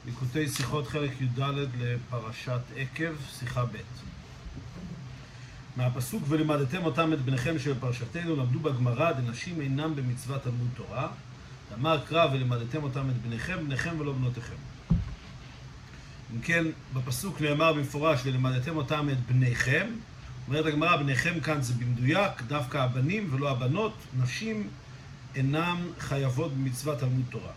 ליקוטי שיחות חלק י"ד לפרשת עקב, שיחה ב'. מהפסוק ולימדתם אותם את בניכם שבפרשתנו למדו בגמרא דנשים אינם במצוות תלמוד תורה. אמר קרא ולימדתם אותם את בניכם ולא בנותיכם. אם כן, בפסוק נאמר במפורש ולימדתם אותם את בניכם. אומרת הגמרא, בניכם כאן זה במדויק, דווקא הבנים ולא הבנות. נשים אינם חייבות במצוות תלמוד תורה.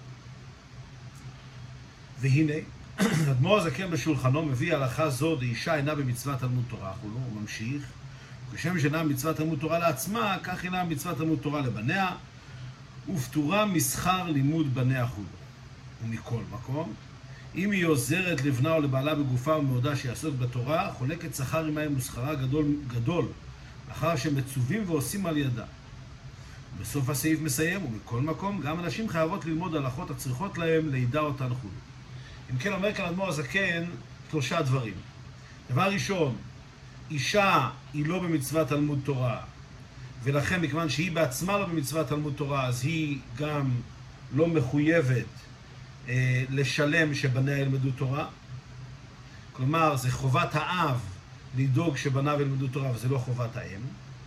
והנה, אדמו"ר הזקן בשולחנו מביא הלכה זו דאישה אינה במצוות תלמוד תורה, הוא ממשיך. כשם שאינה במצוות תלמוד תורה לעצמה, כך אינה במצוות תלמוד תורה לבניה, ופטורה משכר לימוד בניה חולו. ומכל מקום, אם היא עוזרת לבנה או לבעלה בגופה ומעודה שיעסוק בתורה, חולקת שכר עמהם ושכרה גדול, לאחר שמצווים ועושים על ידה. בסוף הסעיף מסיים, ומכל מקום, גם אנשים חייבות ללמוד הלכות הצריכות להם לידע אותן חולו. אם כן, אומר כאן אדמו"ר הזקן שלושה דברים. דבר ראשון, אישה היא לא במצוות תלמוד תורה, ולכן מכיוון שהיא בעצמה לא במצוות תלמוד תורה, אז היא גם לא מחויבת לשלם שבניה ילמדו תורה. כלומר, זה חובת האב לדאוג שבניו ילמדו תורה, וזה לא חובת האם.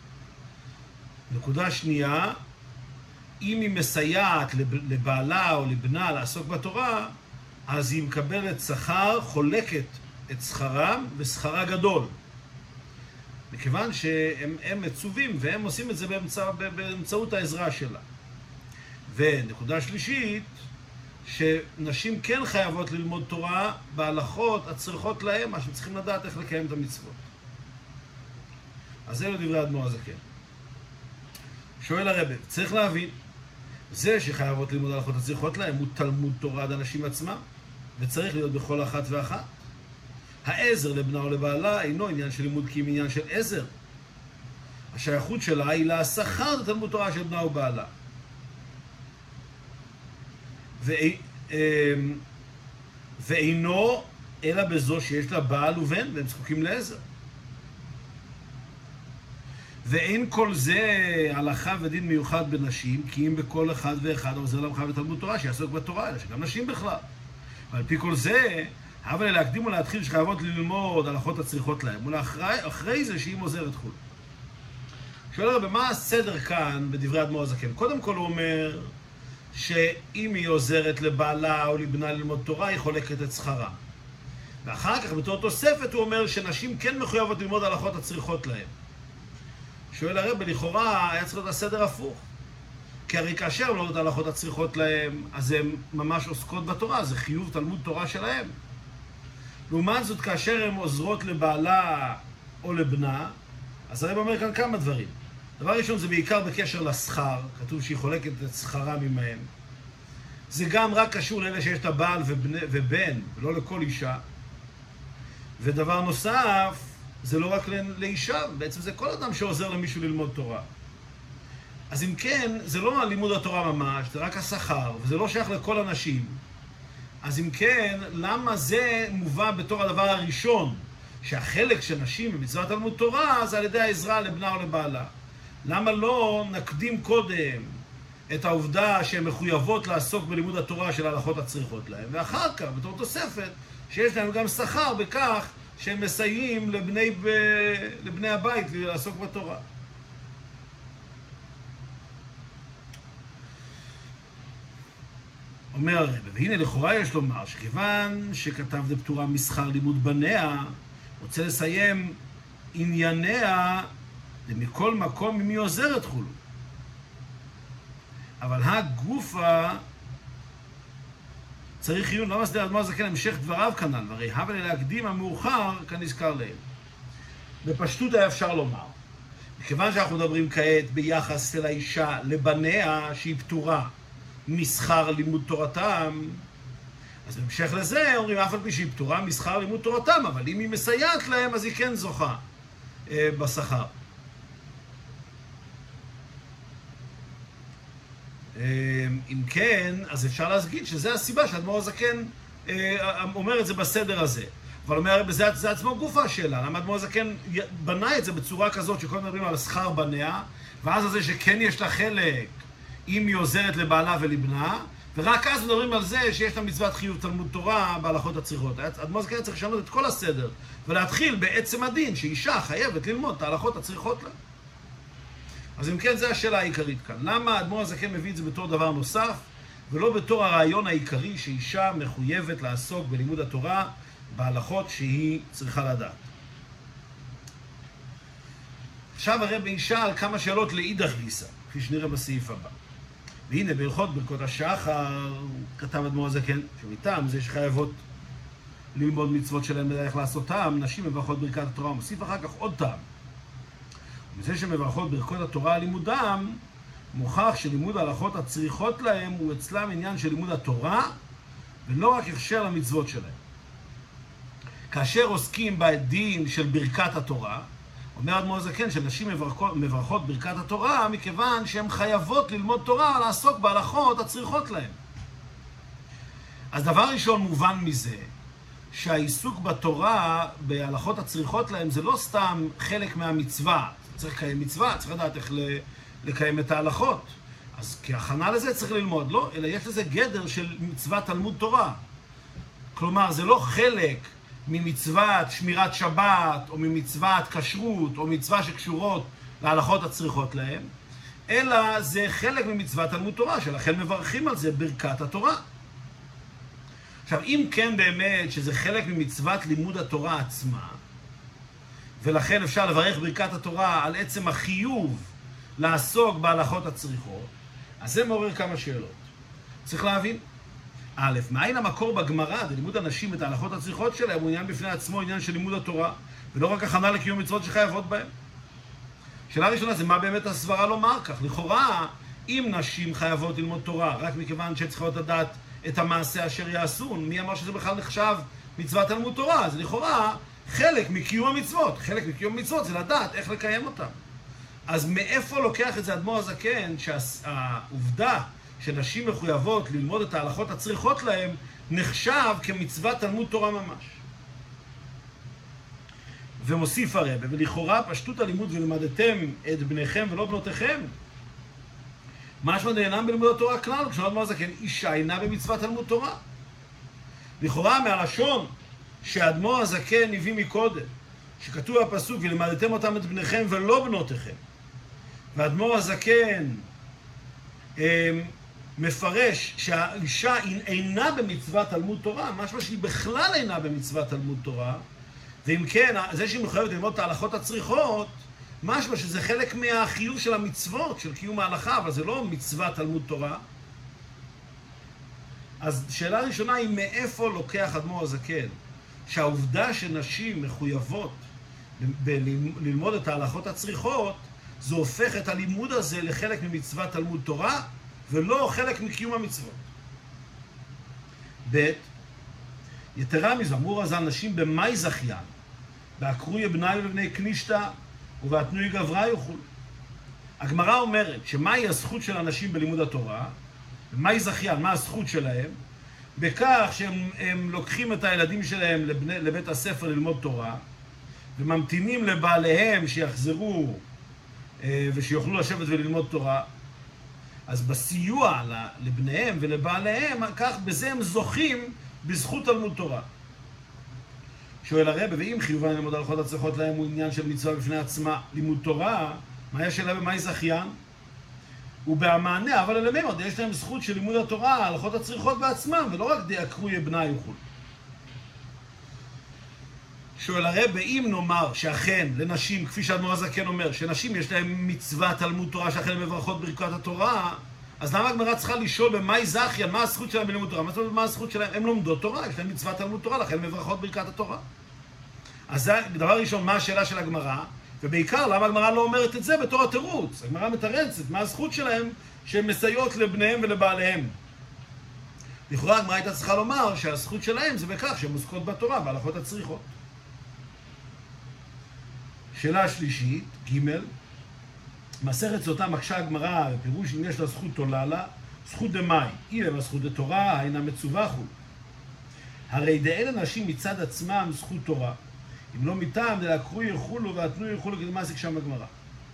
נקודה שנייה, אם היא מסייעת לבעלה או לבנה לעסוק בתורה, אז היא מקבלת שכר, חולקת את שכרם, ושכרה גדול. מכיוון שהם מצווים, והם עושים את זה באמצעות העזרה שלה. ונקודה שלישית, שנשים כן חייבות ללמוד תורה בהלכות הצריכות להם, מה שהם צריכים לדעת איך לקיים את המצוות. אז זה לא דברי אדמו"ר הזקן. שואל הרב, צריך להבין, זה שחייבות ללמוד הלכות הצריכות להם הוא תלמוד תורה עד אנשים עצמם, וצריך להיות בכל אחת ואחת. העזר לבנה או לבעלה אינו עניין של לימוד כי אם עניין של עזר. השייכות שלה היא לשכר לתלמוד תורה של בנה או בעלה. ואינו אלא בזו שיש לה בעל ובן והם זקוקים לעזר. ואין כל זה הלכה ודין מיוחד בנשים, כי אם בכל אחד ואחד עוזר למחייב בתלמוד תורה שיעסוק בתורה, אלא שגם נשים בכלל. ועל פי כל זה, אבל להקדים ולהתחיל שחייבות ללמוד הלכות הצריכות להם, ולאחרי זה שהיא עוזרת חול. שואל הרבה, מה הסדר כאן בדברי אדמו"ר הזקן? קודם כל הוא אומר שאם היא עוזרת לבעלה או לבנה ללמוד תורה, היא חולקת את שכרה. ואחר כך בתור תוספת הוא אומר שנשים כן מחויבות ללמוד הלכות הצריכות להם. שואל הרב, לכאורה היה צריך להיות הסדר הפוך. כי הרי כאשר הם לומדות הלכות הצריכות להם, אז הן ממש עוסקות בתורה, זה חיוב תלמוד תורה שלהם. לעומת זאת, כאשר הן עוזרות לבעלה או לבנה, אז הרב אומר כאן כמה דברים. דבר ראשון, זה בעיקר בקשר לשכר, כתוב שהיא חולקת את שכרם עמהם. זה גם רק קשור לאלה שיש את הבעל ובן, ולא לכל אישה. ודבר נוסף, זה לא רק לאישה, בעצם זה כל אדם שעוזר למישהו ללמוד תורה. אז אם כן, זה לא לימוד התורה ממש, זה רק השכר, וזה לא שייך לכל אנשים. אז אם כן, למה זה מובא בתור הדבר הראשון, שהחלק של נשים במצוות תלמוד תורה, זה על ידי העזרה לבנה או לבעלה? למה לא נקדים קודם את העובדה שהן מחויבות לעסוק בלימוד התורה של ההלכות הצריכות להם, ואחר כך, בתור תוספת, שיש להם גם שכר בכך שהם מסייעים לבני הבית לעסוק בתורה. אומר הרב, והנה לכאורה יש לומר שכיוון שכתב דפטורה משכר לימוד בניה, רוצה לסיים ענייניה מכל מקום אם היא עוזרת חולו. אבל הגופה צריך עיון, לא מסדר אדמו"ר הזקן המשך דבריו כנ"ל, והרי הבל להקדים המאוחר כנזכר להם. בפשטות היה אפשר לומר, מכיוון שאנחנו מדברים כעת ביחס אל האישה לבניה שהיא פטורה משכר לימוד תורתם, אז בהמשך לזה אומרים אף על פי שהיא פטורה משכר לימוד תורתם, אבל אם היא מסייעת להם אז היא כן זוכה בשכר. אם כן, אז אפשר להגיד שזה הסיבה שאדמו"ר הזקן אומר את זה בסדר הזה. אבל אומר, זה עצמו גופה השאלה. למה אדמו"ר הזקן בנה את זה בצורה כזאת שכל מדברים על שכר בניה, ואז זה שכן יש לה חלק אם היא עוזרת לבעלה ולבנה, ורק אז מדברים על זה שיש לה מצוות חיוב תלמוד תורה בהלכות הצריכות. אדמו"ר הזקן צריך לשנות את כל הסדר, ולהתחיל בעצם הדין שאישה חייבת ללמוד את ההלכות הצריכות לה. אז אם כן, זו השאלה העיקרית כאן. למה אדמו"ר הזקן מביא את זה בתור דבר נוסף, ולא בתור הרעיון העיקרי שאישה מחויבת לעסוק בלימוד התורה בהלכות שהיא צריכה לדעת? עכשיו הרב ישאל כמה שאלות לאידך גיסא, כפי שנראה בסעיף הבא. והנה בהלכות ברכות השחר כתב אדמו"ר הזקן שמטעם זה שחייבות ללמוד מצוות שלהם איך לעשותם, נשים מברכות ברכת התורה. הוא מוסיף אחר כך עוד טעם. ומזה שמברכות ברכות התורה על לימודם, מוכח שלימוד ההלכות הצריכות להם הוא אצלם עניין של לימוד התורה, ולא רק הכשר למצוות שלהם. כאשר עוסקים בדין של ברכת התורה, אומר אדמו"ר הזקן שנשים מברכות ברכת התורה מכיוון שהן חייבות ללמוד תורה, לעסוק בהלכות הצריכות להם. אז דבר ראשון מובן מזה, שהעיסוק בתורה, בהלכות הצריכות להם, זה לא סתם חלק מהמצווה. צריך לקיים מצווה, צריך לדעת איך לקיים את ההלכות. אז כהכנה לזה צריך ללמוד, לא? אלא יש לזה גדר של מצוות תלמוד תורה. כלומר, זה לא חלק ממצוות שמירת שבת, או ממצוות כשרות, או מצווה שקשורות להלכות הצריכות להם, אלא זה חלק ממצוות תלמוד תורה, שלכן מברכים על זה ברכת התורה. עכשיו, אם כן באמת שזה חלק ממצוות לימוד התורה עצמה, ולכן אפשר לברך ברכת התורה על עצם החיוב לעסוק בהלכות הצריכות, אז זה מעורר כמה שאלות. צריך להבין. א', מאין המקור בגמרא, ללימוד הנשים את ההלכות הצריכות שלהם, הוא עניין בפני עצמו, עניין של לימוד התורה, ולא רק הכנה לקיום מצוות שחייבות בהם. שאלה ראשונה זה מה באמת הסברה לומר כך. לכאורה, אם נשים חייבות ללמוד תורה, רק מכיוון שצריכות לדעת את המעשה אשר יעשו, מי אמר שזה בכלל נחשב מצוות תלמוד תורה? אז לכאורה, חלק מקיום המצוות. חלק מקיום המצוות זה לדעת איך לקיים אותם. אז מאיפה לוקח את זה אדמו"ר הזקן, שהעובדה שנשים מחויבות ללמוד את ההלכות הצריכות להם, נחשב כמצוות תלמוד תורה ממש? ומוסיף הרב, ולכאורה פשטות הלימוד ולמדתם את בניכם ולא בנותיכם, משמע דאינם בלימוד התורה כלל, כשאדמו"ר הזקן אישה אינה במצוות תלמוד תורה. לכאורה מהלשון שאדמו"ר הזקן הביא מקודם, שכתוב הפסוק ולמדתם אותם את בניכם ולא בנותיכם, ואדמו"ר הזקן מפרש שהאישה אינה במצוות תלמוד תורה, משמע שהיא בכלל אינה במצוות תלמוד תורה, ואם כן, זה שהיא מחויבת ללמוד את ההלכות הצריכות, משמע שזה חלק מהחיוב של המצוות, של קיום ההלכה, אבל זה לא מצוות תלמוד תורה. אז שאלה ראשונה היא מאיפה לוקח אדמו"ר הזקן שהעובדה שנשים מחויבות ללמוד את ההלכות הצריכות, זה הופך את הלימוד הזה לחלק ממצוות תלמוד תורה, ולא חלק מקיום המצוות. ב', יתרה מזו, אמרו רז"ל, נשים במאי זכיין, בהקרוי בני ובני כנישתא, ובהתנוי גברא יאכלו. הגמרא אומרת שמהי הזכות של הנשים בלימוד התורה, ומהי זכיין, מה הזכות שלהם, בכך שהם לוקחים את הילדים שלהם לבית הספר ללמוד תורה, וממתינים לבעליהם שיחזרו ושיוכלו לשבת וללמוד תורה. אז בסיוע לבניהם ולבעליהם, כך בזה הם זוכים בזכות תלמוד תורה. שואל הרב, ואם חיובן ללמוד ההלכות הצריכות להם הוא עניין של מצווה בפני עצמה, לימוד תורה, מה יש אליה במאי זכיין? ובמענה, אבל אלה עוד יש להם זכות של לימוד התורה, ההלכות הצריכות בעצמם, ולא רק דאקרוי בני יאכלו. שואל הרב, ואם נאמר שאכן לנשים, כפי שאדמו"ר הזקן אומר, שנשים יש להם מצווה תלמוד תורה, שאכן הן מברכות ברכת התורה, אז למה הגמרא צריכה לשאול במאי זכיין, מה הזכות שלהם בלימוד תורה? מה הזכות שלהם? הן לומדות תורה, יש להם מצווה תלמוד תורה, לכן הן מברכות ברכת התורה. אז זה דבר ראשון, מה השאלה של הגמרא? ובעיקר, למה הגמרא לא אומרת את זה בתור התירוץ? הגמרא מתרצת, מה הזכות שלהם שהן מסייעות לבניהם ולבעליהם? לכאורה הגמרא הייתה צריכה לומר שהזכות שלהם זה בכך שהן עוסקות בתורה, בהלכות הצריכות. שאלה שלישית, ג', מסכת סוטה מקשה הגמרא, בפירוש אם יש לה זכות תולה לה, זכות דמאי, אילם הזכות דתורה, אינה מצווחו. הרי דאלה נשים מצד עצמם זכות תורה. אם לא מטעם, דלקרו יחולו והתנו יחולו, כדי מה זה כשם הגמרא.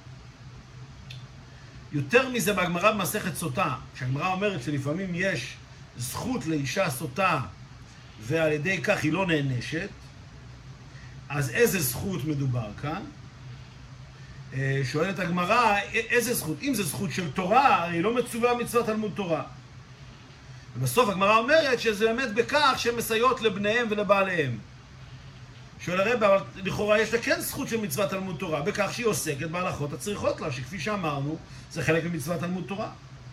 יותר מזה בגמרא במסכת סוטה, כשהגמרא אומרת שלפעמים יש זכות לאישה סוטה, ועל ידי כך היא לא נענשת, אז איזה זכות מדובר כאן? שואלת הגמרא, איזה זכות? אם זה זכות של תורה, הרי היא לא מצווה מצוות תלמוד תורה. ובסוף הגמרא אומרת שזה באמת בכך שהן מסייעות לבניהם ולבעליהם. שואל הרב, אבל לכאורה יש לה כן זכות של מצוות תלמוד תורה, בכך שהיא עוסקת בהלכות הצריכות לה, שכפי שאמרנו, זה חלק ממצוות תלמוד תורה.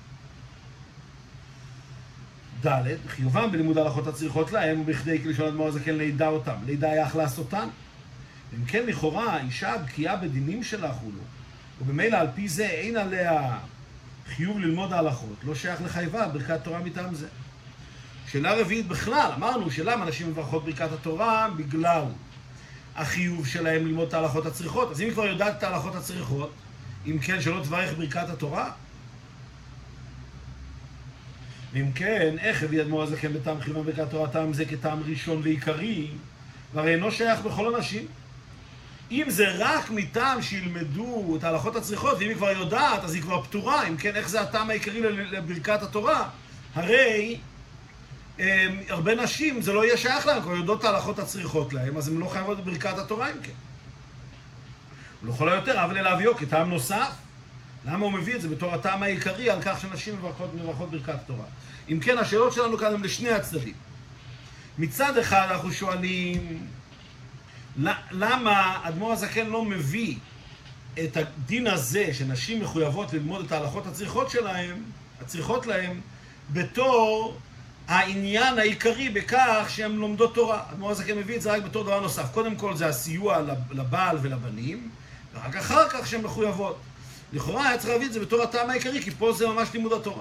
ד' חיובם בלימוד ההלכות הצריכות להם, ובכדי כלשון אדמו"ר הזקן לידע אותם. לידע היה אך אותן. אם כן, לכאורה, אישה בקיאה בדינים שלה חולו, ובמילא על פי זה אין עליה חיוב ללמוד ההלכות, לא שייך לחייבה ברכת תורה מטעם זה. שאלה רביעית בכלל, אמרנו שלמה אנשים מברכות ברכת התורה בגלל החיוב שלהם ללמוד את ההלכות הצריכות. אז אם כבר יודעת את ההלכות הצריכות, אם כן שלא תברך ברכת התורה? ואם כן, איך הביא אדמו"ר הזקן בטעם חיוב ברכת התורה טעם זה כטעם ראשון ועיקרי, והרי אינו שייך בכל אנשים. אם זה רק מטעם שילמדו את ההלכות הצריכות, ואם היא כבר יודעת, אז היא כבר פטורה. אם כן, איך זה הטעם העיקרי לברכת התורה? הרי הרבה נשים, זה לא יהיה שייך להם, כבר יודעות את ההלכות הצריכות להם, אז הם לא חייבות ברכת התורה אם כן. הוא לא יכול יותר, אבל להביאו כטעם נוסף. למה הוא מביא את זה בתור הטעם העיקרי על כך שנשים מברכות ברכת התורה? אם כן, השאלות שלנו כאן הן לשני הצדדים. מצד אחד אנחנו שואלים, למה אדמו"ר הזקן לא מביא את הדין הזה שנשים מחויבות ללמוד את ההלכות הצריכות להם בתור העניין העיקרי בכך שהן לומדות תורה? אדמו"ר הזקן מביא את זה רק בתור דבר נוסף. קודם כל זה הסיוע לבעל ולבנים, ורק אחר כך שהן מחויבות. לכאורה היה צריך להביא את זה בתור הטעם העיקרי, כי פה זה ממש לימוד התורה.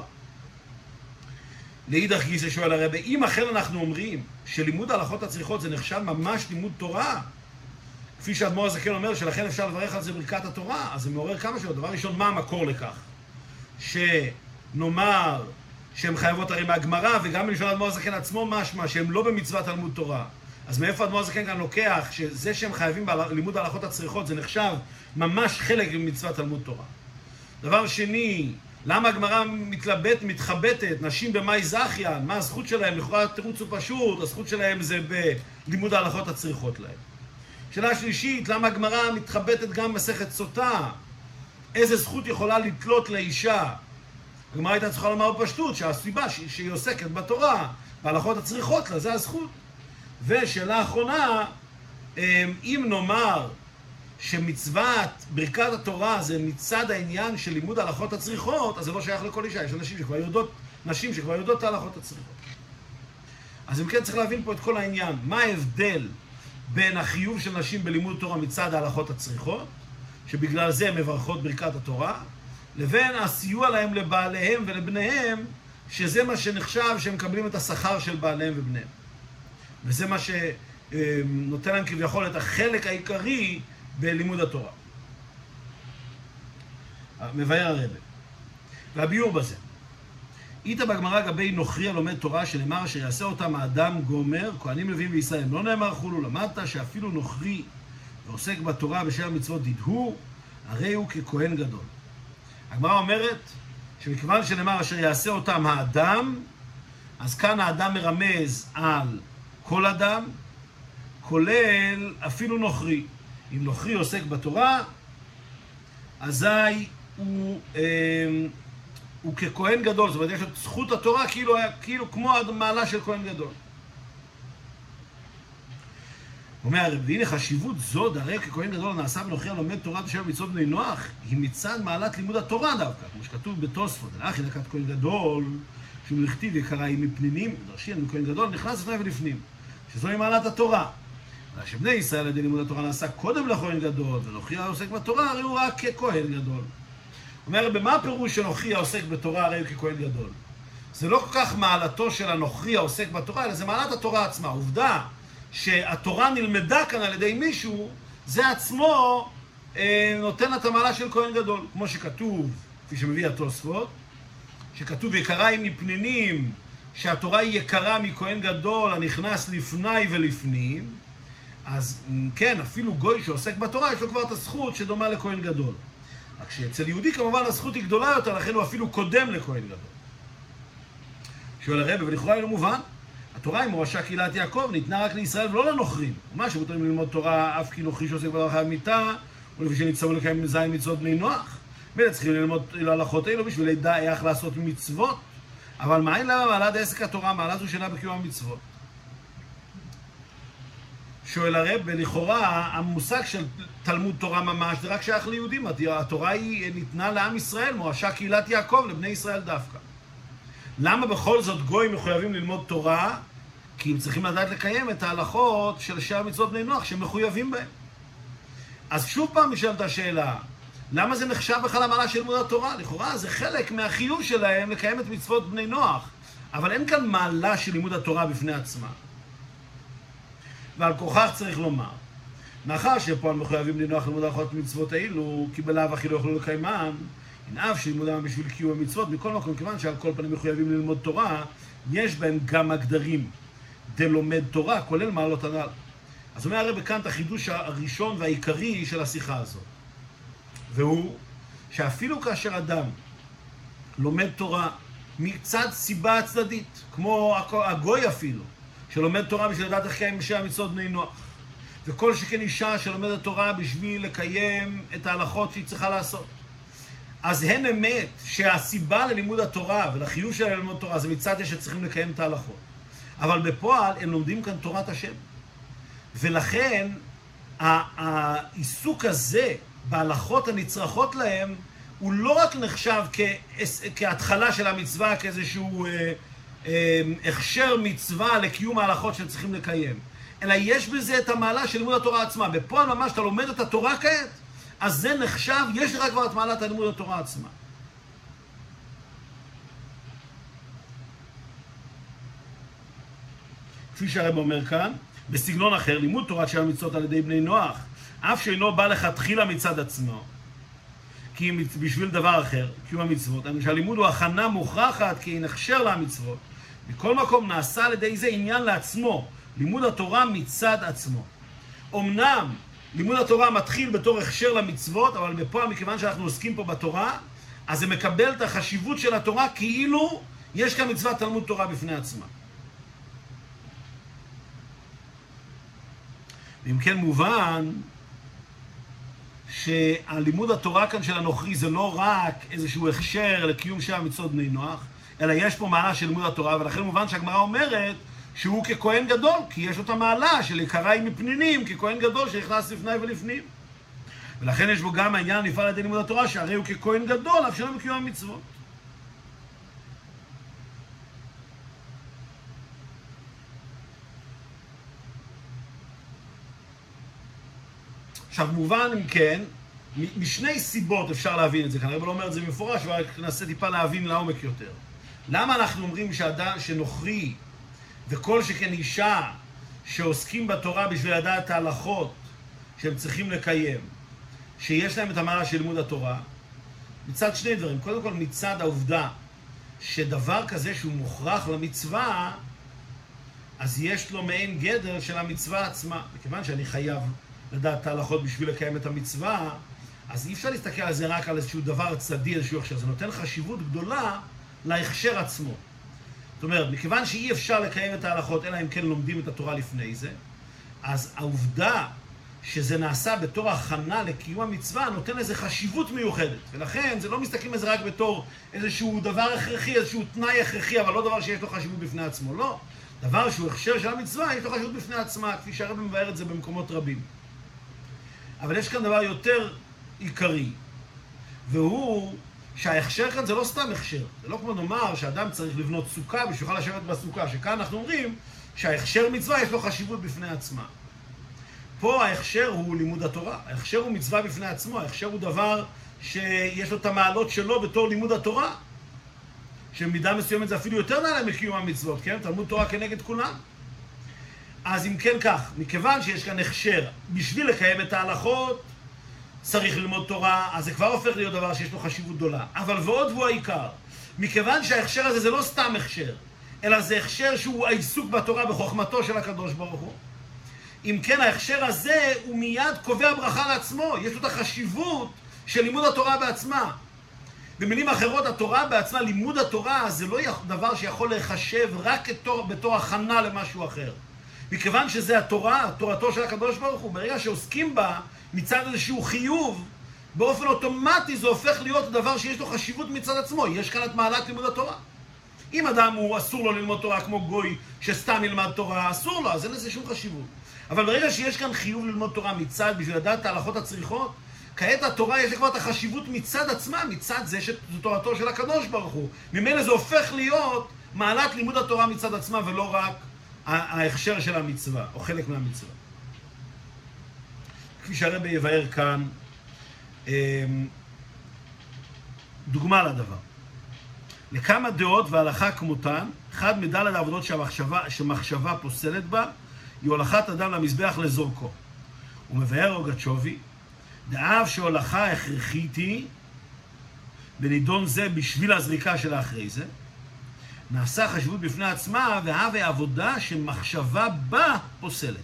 לאידך גיסא שואל הרבי, אם אכן אנחנו אומרים שלימוד ההלכות הצריכות זה נחשב ממש לימוד תורה, כפי שאדמו"ר הזקן אומר שלכן אפשר לברך על זה ברכת התורה, אז זה מעורר כמה שאלות. דבר ראשון, מה המקור לכך? שנאמר שהן חייבות הרי מהגמרא, וגם בלשון אדמו"ר הזקן עצמו משמע שהן לא במצוות תלמוד תורה. אז מאיפה אדמו"ר הזקן כאן לוקח שזה שהם חייבים בלימוד ההלכות הצריכות זה נחשב ממש חלק ממצוות תלמוד תורה? דבר שני, למה הגמרא מתחבטת, נשים במאי זכיין, מה הזכות שלהם? לכאורה התירוץ הוא פשוט, הזכות שלהם זה בלימוד ההלכות הצריכות להם. שאלה שלישית, למה הגמרא מתחבטת גם במסכת סוטה? איזה זכות יכולה לתלות לאישה? הגמרא הייתה צריכה לומר בפשטות שהסיבה שהיא עוסקת בתורה, בהלכות הצריכות לה, זה הזכות. ושאלה אחרונה, אם נאמר שמצוות ברכת התורה זה מצד העניין של לימוד ההלכות הצריכות, אז זה לא שייך לכל אישה. יש נשים שכבר יודעות את ההלכות הצריכות. אז אם כן צריך להבין פה את כל העניין. מה ההבדל בין החיוב של נשים בלימוד תורה מצד ההלכות הצריכות, שבגלל זה הן מברכות ברכת התורה, לבין הסיוע להם לבעליהם ולבניהם, שזה מה שנחשב שהם מקבלים את השכר של בעליהם ובניהם. וזה מה שנותן להם כביכול את החלק העיקרי בלימוד התורה. מבאר הרבי. והביאור בזה. איתה בגמרא גבי נוכרי הלומד תורה שנאמר אשר יעשה אותם האדם גומר, כהנים לוויים וישראל. לא נאמר חולו, למדת שאפילו נוכרי ועוסק בתורה בשל המצוות דידהו, הרי הוא ככהן גדול. הגמרא אומרת שמכיוון שנאמר אשר יעשה אותם האדם, אז כאן האדם מרמז על כל אדם, כולל אפילו נוכרי. אם נוכרי עוסק בתורה, אזי הוא ככהן גדול. זאת אומרת, יש את זכות התורה כאילו כמו המעלה של כהן גדול. אומר הרבי, הנה חשיבות זו, דרי ככהן גדול נעשה ונוכרי הלומד תורה בשל מצוות בני נוח, היא מצד מעלת לימוד התורה דווקא, כמו שכתוב בתוספות, לאחי לקט כהן גדול, שהוא לכתיב יקרא היא מפנינים, דרשי כהן גדול נכנס לפני ולפנים, שזוהי מעלת התורה. שבני ישראל על ידי לימוד התורה נעשה קודם לכהן גדול, ונוכרי העוסק בתורה הרי הוא רק ככהן גדול. אומר, במה הפירוש שנוכרי העוסק בתורה הרי הוא ככהן גדול? זה לא כל כך מעלתו של הנוכרי העוסק בתורה, אלא זה מעלת התורה עצמה. עובדה שהתורה נלמדה כאן על ידי מישהו, זה עצמו נותן את המעלה של כהן גדול. כמו שכתוב, כפי שמביא התוספות, שכתוב יקרה היא מפנינים, שהתורה היא יקרה מכהן גדול הנכנס לפני ולפנים, אז כן, אפילו גוי שעוסק בתורה, יש לו כבר את הזכות שדומה לכהן גדול. רק שאצל יהודי כמובן הזכות היא גדולה יותר, לכן הוא אפילו קודם לכהן גדול. שואל הרב, ולכאורה אינו מובן. התורה היא מורשה קהילת יעקב, ניתנה רק לישראל ולא לנוכרים. ומה שמותרים ללמוד תורה אף כי נוכרי שעוסק בדבר חייב מיתה, ולפי שנצטוו לקיים זין מצוות בני נוח. מילא צריכים ללמוד להלכות אלו בשביל לדע איך לעשות מצוות. אבל מאין למה מעלה דעסק התורה, מעלה זו שאינה בקיום המצוות? שואל הרב, ולכאורה המושג של תלמוד תורה ממש זה רק שייך ליהודים. התורה היא ניתנה לעם ישראל, מורשה קהילת יעקב, לבני ישראל דווקא. למה בכל זאת גויים מחויבים ללמוד תורה? כי הם צריכים לדעת לקיים את ההלכות של שאר מצוות בני נוח שהם מחויבים בהם. אז שוב פעם נשאלת השאלה, למה זה נחשב בכלל המעלה של לימוד התורה? לכאורה זה חלק מהחיוב שלהם לקיים את מצוות בני נוח, אבל אין כאן מעלה של לימוד התורה בפני עצמה. ועל כוכך צריך לומר, מאחר שפה הם מחויבים בני נוח ללמוד ההלכות מצוות האלו, כי בלאו הכי לא יוכלו לקיימן, אין אף שלימודם בשביל קיום המצוות, מכל מקום, כיוון שעל כל פנים מחויבים ללמוד תורה, יש בהם גם הגדרים דלומד תורה, כולל מעלות הנ"ל. אז אומר הרב כאן את החידוש הראשון והעיקרי של השיחה הזאת. והוא שאפילו כאשר אדם לומד תורה מצד סיבה צדדית, כמו הגוי אפילו, שלומד תורה בשביל לדעת איך לקיים מצוות בני נוח, וכל שכן אישה שלומדת תורה בשביל לקיים את ההלכות שהיא צריכה לעשות, אז הן אמת שהסיבה ללימוד התורה ולחיוב שלה ללמוד תורה זה מצד זה שצריכים לקיים את ההלכות. אבל בפועל הם לומדים כאן תורת השם. ולכן העיסוק הזה בהלכות הנצרכות להם הוא לא רק נחשב כהתחלה של המצווה, כאיזשהו הכשר מצווה לקיום ההלכות שהם צריכים לקיים, אלא יש בזה את המעלה של לימוד התורה עצמה. בפועל ממש אתה לומד את התורה כעת, אז זה נחשב, יש לך כבר את מעלת הלימוד התורה עצמה. כפי שהרב אומר כאן, בסגנון אחר, לימוד תורת שאר המצוות על ידי בני נוח, אף שאינו בא לכתחילה מצד עצמו, כי בשביל דבר אחר, קיום המצוות, שהלימוד הוא הכנה מוכרחת כי נחשר למצוות, בכל מקום נעשה על ידי זה עניין לעצמו, לימוד התורה מצד עצמו. אמנם לימוד התורה מתחיל בתור הכשר למצוות, אבל בפועל מכיוון שאנחנו עוסקים פה בתורה, אז זה מקבל את החשיבות של התורה כאילו יש כאן מצוות תלמוד תורה בפני עצמה. ואם כן מובן שהלימוד התורה כאן של הנוכרי זה לא רק איזשהו הכשר לקיום של המצוות בני נוח, אלא יש פה מעלה של לימוד התורה, ולכן מובן שהגמרא אומרת שהוא ככהן גדול, כי יש לו את המעלה של עיקרה היא מפנינים, ככהן גדול שנכנס לפני ולפנים. ולכן יש בו גם העניין נפעל על ידי לימוד התורה, שהרי הוא ככהן גדול, אף שלא בקיום המצוות. עכשיו מובן אם כן, משני סיבות אפשר להבין את זה, כנראה לא אומר את זה במפורש, אבל ננסה טיפה להבין לעומק יותר. למה אנחנו אומרים שאדם שנוכרי וכל שכן אישה שעוסקים בתורה בשביל לדעת את ההלכות שהם צריכים לקיים, שיש להם את המעלה של לימוד התורה? מצד שני דברים. קודם כל מצד העובדה שדבר כזה שהוא מוכרח למצווה, אז יש לו מעין גדר של המצווה עצמה. מכיוון שאני חייב לדעת את ההלכות בשביל לקיים את המצווה, אז אי אפשר להסתכל על זה רק על איזשהו דבר צדי, איזשהו הכשר. זה נותן חשיבות גדולה להכשר עצמו. זאת אומרת, מכיוון שאי אפשר לקיים את ההלכות, אלא אם כן לומדים את התורה לפני זה, אז העובדה שזה נעשה בתור הכנה לקיום המצווה, נותן איזו חשיבות מיוחדת. ולכן זה לא מסתכלים על זה רק בתור איזשהו דבר הכרחי, איזשהו תנאי הכרחי, אבל לא דבר שיש לו חשיבות בפני עצמו. לא. דבר שהוא הכשר של המצווה, יש לו חשיבות בפני עצמה, כפי שהרב מבאר את זה במקומות רבים. אבל יש כאן דבר יותר עיקרי, והוא שההכשר כאן זה לא סתם הכשר. זה לא כמו נאמר שאדם צריך לבנות סוכה ושיוכל לשבת בסוכה, שכאן אנחנו אומרים שההכשר מצווה יש לו חשיבות בפני עצמה. פה ההכשר הוא לימוד התורה, ההכשר הוא מצווה בפני עצמו, ההכשר הוא דבר שיש לו את המעלות שלו בתור לימוד התורה, שבמידה מסוימת זה אפילו יותר נעלה מקיום המצוות, כן? תלמוד תורה כנגד כולם. אז אם כן כך, מכיוון שיש כאן הכשר בשביל לקיים את ההלכות, צריך ללמוד תורה, אז זה כבר הופך להיות דבר שיש לו חשיבות גדולה. אבל ועוד והוא העיקר, מכיוון שההכשר הזה זה לא סתם הכשר, אלא זה הכשר שהוא העיסוק בתורה בחוכמתו של הקדוש ברוך הוא. אם כן, ההכשר הזה הוא מיד קובע ברכה לעצמו, יש לו את החשיבות של לימוד התורה בעצמה. במילים אחרות, התורה בעצמה, לימוד התורה, זה לא דבר שיכול להיחשב רק בתור הכנה למשהו אחר. מכיוון שזה התורה, תורתו של הקדוש ברוך הוא, ברגע שעוסקים בה מצד איזשהו חיוב, באופן אוטומטי זה הופך להיות דבר שיש לו חשיבות מצד עצמו. יש כאן את מעלת לימוד התורה. אם אדם הוא אסור לו ללמוד תורה כמו גוי שסתם ילמד תורה, אסור לו, אז אין לזה שום חשיבות. אבל ברגע שיש כאן חיוב ללמוד תורה מצד, בשביל לדעת את ההלכות הצריכות, כעת התורה יש כבר את החשיבות מצד עצמה, מצד זה שזו תורתו של הקדוש ברוך הוא. ממילא זה הופך להיות מעלת לימוד התורה מצד עצמה, ולא רק ההכשר של המצווה, או חלק מהמצווה. כפי שהרבי יבאר כאן, דוגמה לדבר. לכמה דעות והלכה כמותן, אחד מדלת העבודות שמחשבה פוסלת בה, היא הולכת אדם למזבח לזורקו. הוא מבאר רוגצ'ובי, דאב שהולכה הכרחית היא, בנידון זה בשביל הזריקה שלה אחרי זה, נעשה חשיבות בפני עצמה, והווה עבודה שמחשבה בה פוסלת.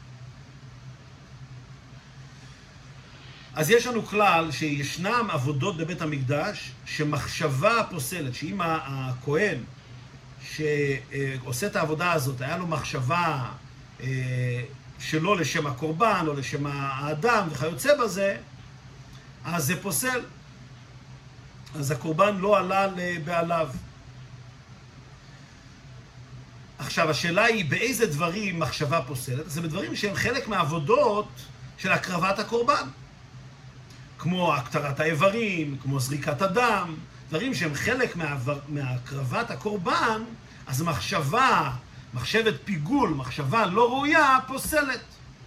אז יש לנו כלל שישנם עבודות בבית המקדש שמחשבה פוסלת, שאם הכהן שעושה את העבודה הזאת, היה לו מחשבה שלא לשם הקורבן או לשם האדם וכיוצא בזה, אז זה פוסל. אז הקורבן לא עלה לבעליו. עכשיו, השאלה היא באיזה דברים מחשבה פוסלת? זה בדברים שהם חלק מהעבודות של הקרבת הקורבן. כמו הקטרת האיברים, כמו זריקת הדם, דברים שהם חלק מהקרבת הקורבן, אז מחשבת פיגול, מחשבה לא ראויה, פוסלת.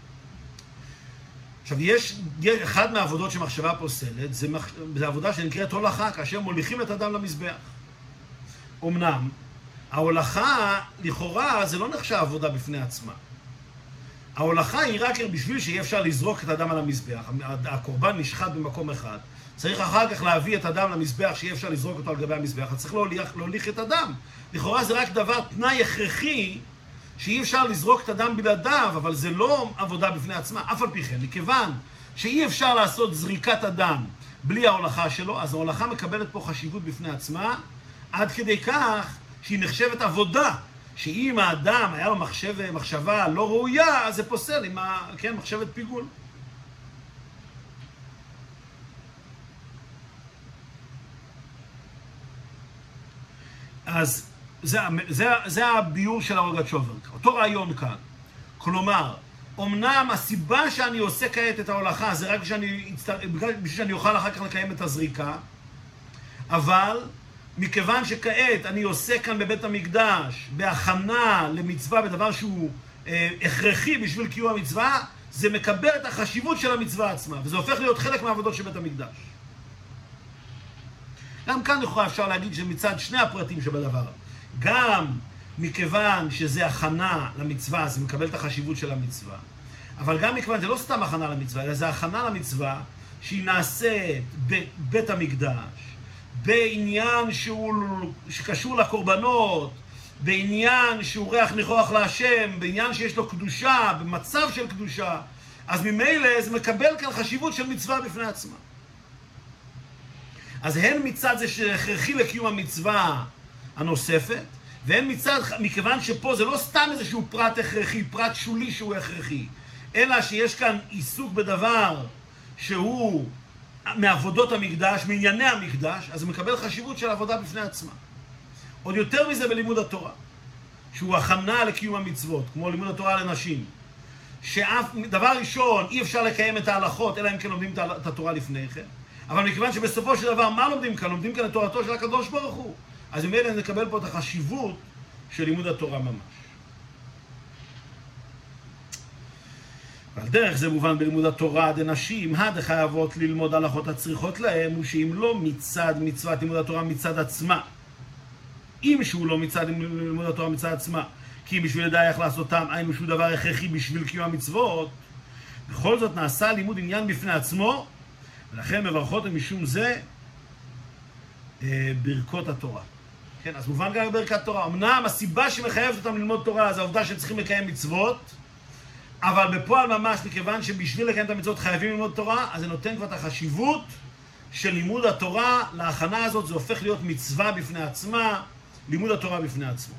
עכשיו, יש אחד מהעבודות שמחשבה פוסלת, זה עבודה שנקראת הולכה, כאשר מוליכים את הדם למזבח. אמנם, ההולכה, לכאורה, זה לא נחשב עבודה בפני עצמה. ההולכה היא רק בשביל שיהיה אפשר לזרוק את הדם על המזבח. הקורבן נשחט במקום אחד. צריך אחר כך להביא את הדם למזבח שיהיה אפשר לזרוק אותו על גבי המזבח. אז צריך להוליך את הדם. לכאורה זה רק דבר, תנאי הכרחי, שאי אפשר לזרוק את הדם בלעדיו, אבל זה לא עבודה בפני עצמה. אף על פי כן, מכיוון שאי אפשר לעשות זריקת הדם בלי ההולכה שלו, אז ההולכה מקבלת פה חשיבות בפני עצמה, עד כדי כך שהיא נחשבת עבודה. שאם האדם היה לו מחשבה לא ראויה, אז זה פוסל עם מחשבת פיגול. אז זה הביור של הרוגצ'ובר, אותו רעיון כאן. כלומר, אמנם הסיבה שאני עושה כעת את ההולכה זה רק בשביל שאני אוכל אחר כך לקיים את הזריקה, אבל מכיוון שכעת אני עושה כאן בבית המקדש בהכנה למצווה, בדבר שהוא הכרחי בשביל קיום המצווה, זה מקבל את החשיבות של המצווה עצמה, וזה הופך להיות חלק מהעבודות של בית המקדש. גם כאן לכאורה אפשר להגיד שמצד שני הפרטים שבדבר, גם מכיוון שזה הכנה למצווה, זה מקבל את החשיבות של המצווה, אבל גם מכיוון זה לא סתם הכנה למצווה, אלא זה הכנה למצווה שהיא נעשית בבית המקדש, בעניין שקשור לקורבנות, בעניין שהוא ריח ניחוח להשם, בעניין שיש לו קדושה, במצב של קדושה, אז ממילא זה מקבל כאן חשיבות של מצווה בפני עצמה. אז הן מצד זה שהכרחי לקיום המצווה הנוספת, והן מצד, מכיוון שפה זה לא סתם איזשהו פרט הכרחי, פרט שולי שהוא הכרחי, אלא שיש כאן עיסוק בדבר שהוא מעבודות המקדש, מענייני המקדש, אז הוא מקבל חשיבות של עבודה בפני עצמה. עוד יותר מזה בלימוד התורה, שהוא הכנה לקיום המצוות, כמו לימוד התורה לנשים, דבר ראשון, אי אפשר לקיים את ההלכות, אלא אם כן לומדים את התורה לפני כן. אבל מכיוון שבסופו של דבר, מה לומדים כאן? לומדים כאן את תורתו של הקדוש ברוך הוא. אז ממילא נקבל פה את החשיבות של לימוד התורה ממש. ועל דרך זה מובן בלימוד התורה דנשים, חייבות ללמוד הלכות הצריכות להם, הוא שאם לא מצד מצוות לימוד התורה מצד עצמה, אם שהוא לא מצד לימוד התורה מצד עצמה, כי בשביל לדעת איך לעשותם, היינו שהוא דבר הכרחי בשביל קיום המצוות, בכל זאת נעשה לימוד עניין בפני עצמו, ולכן מברכות משום זה ברכות התורה. כן, אז מובן גם ברכת תורה. אמנם הסיבה שמחייבת אותם ללמוד תורה זה העובדה שהם צריכים לקיים מצוות, אבל בפועל ממש, מכיוון שבשביל לקיים את המצוות חייבים ללמוד תורה, אז זה נותן כבר את החשיבות של לימוד התורה, להכנה הזאת זה הופך להיות מצווה בפני עצמה, לימוד התורה בפני עצמו.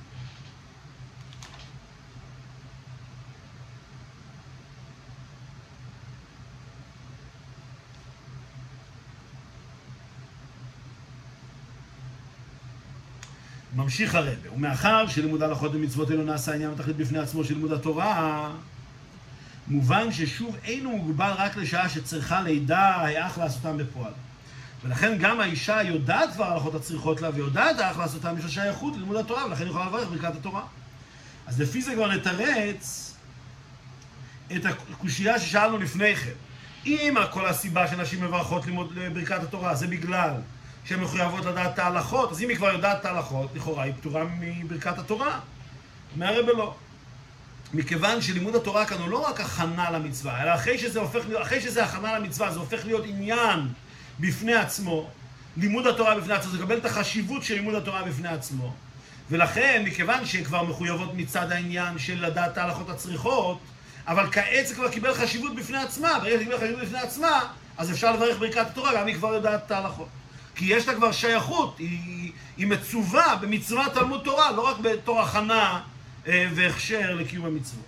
ממשיך הרב, ומאחר שלימוד הלכות ומצוות אלו נעשה עניין ותכלית בפני עצמו של לימוד התורה, מובן ששוב אינו מוגבל רק לשעה שצריכה לידע איך לעשותם בפועל. ולכן גם האישה יודעת כבר הלכות הצריכות לה ויודעת איך לעשותם, יש לה שייכות ללימוד התורה, ולכן היא יכולה לברך ברכת התורה. אז לפי זה כבר נתרץ את הקושייה ששאלנו לפני כן. אם כל הסיבה שנשים מברכות ברכת התורה זה בגלל שהן מחויבות לדעת את ההלכות, אז אם היא כבר יודעת את ההלכות, לכאורה היא פטורה מברכת התורה. מהרבה לא. מכיוון שלימוד התורה כאן הוא לא רק הכנה למצווה, אלא אחרי שזה הכנה למצווה, זה הופך להיות עניין בפני עצמו. לימוד התורה בפני עצמו, זה מקבל את החשיבות של לימוד התורה בפני עצמו. ולכן, מכיוון שכבר מחויבות מצד העניין של לדעת את ההלכות הצריכות, אבל כעת זה כבר קיבל חשיבות בפני עצמה, ברגע שקיבל חשיבות בפני עצמה, אז אפשר לברך ברכת התורה, גם היא כבר יודעת את ההלכות. כי יש לה כבר שייכות, היא מצווה במצוות תלמוד תורה, לא רק בתור הכנה והכשר לקיום המצוות.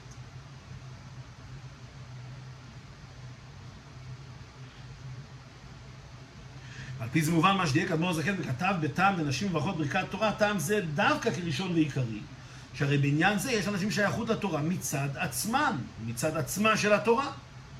על פי זה מובן מה שדייק אדמו"ר הזקן וכתב בטעם לנשים מברכות ברכת תורה, טעם זה דווקא כראשון ועיקרי, שהרי בעניין זה יש אנשים שייכות לתורה מצד עצמן, מצד עצמה של התורה.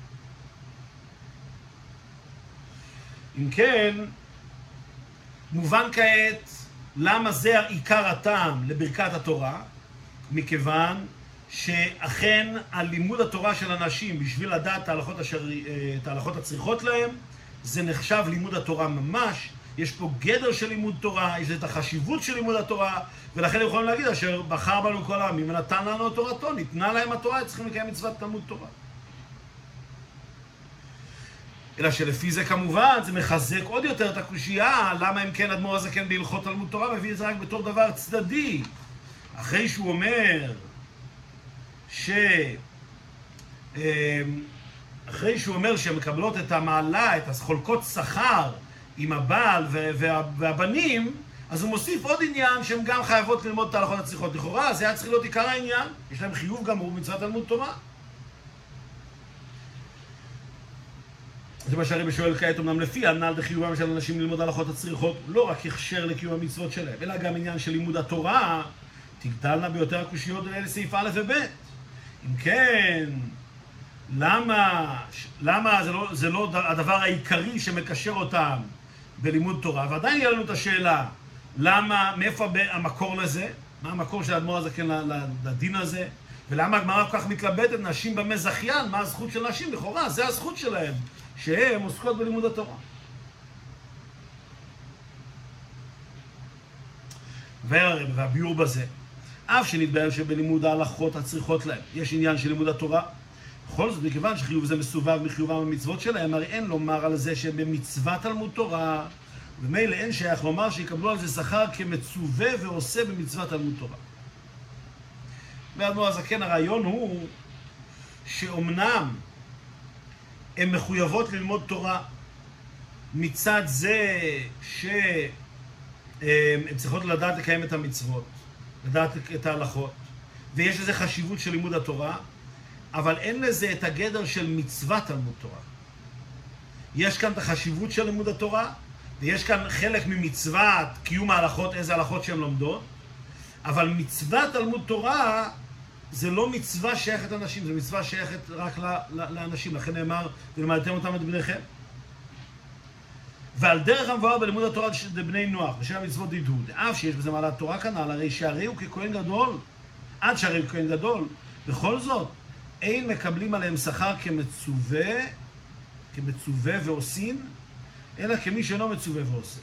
אם כן, מובן כעת למה זה עיקר הטעם לברכת התורה, מכיוון שאכן הלימוד התורה של אנשים בשביל לדעת את ההלכות הצריכות להם, זה נחשב לימוד התורה ממש. יש פה גדר של לימוד תורה, יש את החשיבות של לימוד התורה, ולכן יכולים להגיד אשר בחר בנו כל העמים ונתן לנו את תורתו, ניתנה להם התורה, צריכים לקיים מצוות תלמוד תורה. אלא שלפי זה כמובן זה מחזק עוד יותר את הקושייה, למה אם כן אדמו"ר הזקן בהלכות תלמוד תורה מביא את זה רק בתור דבר צדדי. אחרי שהוא אומר אחרי שהוא אומר שהן מקבלות את המעלה, את החולקות שכר עם הבעל והבנים, אז הוא מוסיף עוד עניין שהן גם חייבות ללמוד את ההלכות הצריכות. לכאורה זה היה צריך להיות עיקר העניין, יש להם חיוב גמור במצוות תלמוד תורה. זה מה שהרבי שואל כעת, אמנם לפי הנ"ל דחיובם של אנשים ללמוד הלכות הצריכות, לא רק הכשר לקיום המצוות שלהם, אלא גם עניין של לימוד התורה, תגדלנה ביותר הקושיות האלה סעיף א' וב'. אם כן, למה זה לא הדבר העיקרי שמקשר אותם בלימוד תורה? ועדיין יהיה לנו את השאלה, מאיפה המקור לזה? מה המקור של האדמו"ר הזקן לדין הזה? ולמה הגמרא כל כך מתלבטת, נשים במה זכיין? מה הזכות של נשים? לכאורה, זה הזכות שלהם, שהן עוסקות בלימוד התורה. והביאור בזה, אף שנתבהר שבלימוד ההלכות הצריכות להם יש עניין של לימוד התורה, בכל זאת, מכיוון שחיוב זה מסובב מחיובם המצוות שלהם, הרי אין לומר על זה שבמצוות תלמוד תורה, ומילא אין שייך לומר שיקבלו על זה שכר כמצווה ועושה במצוות תלמוד תורה. ואדמו"ר הזקן, הרעיון הוא שאומנם הן מחויבות ללמוד תורה מצד זה שהן צריכות לדעת לקיים את המצוות, לדעת את ההלכות, ויש לזה חשיבות של לימוד התורה, אבל אין לזה את הגדר של מצוות תלמוד תורה. יש כאן את החשיבות של לימוד התורה, ויש כאן חלק ממצוות קיום ההלכות, איזה הלכות שהן לומדות, אבל מצוות תלמוד תורה זה לא מצווה שייכת לאנשים, זה מצווה שייכת רק לאנשים, לכן נאמר, ולמדתם אותם את בניכם. ועל דרך המבואר בלימוד התורה של בני נוח, ושל המצוות דידו, אף שיש בזה מעלת תורה כנ"ל, הרי שהרי הוא ככהן גדול, עד שהרי הוא כהן גדול, בכל זאת, אין מקבלים עליהם שכר כמצווה ועושים, אלא כמי שאינו מצווה ועושה.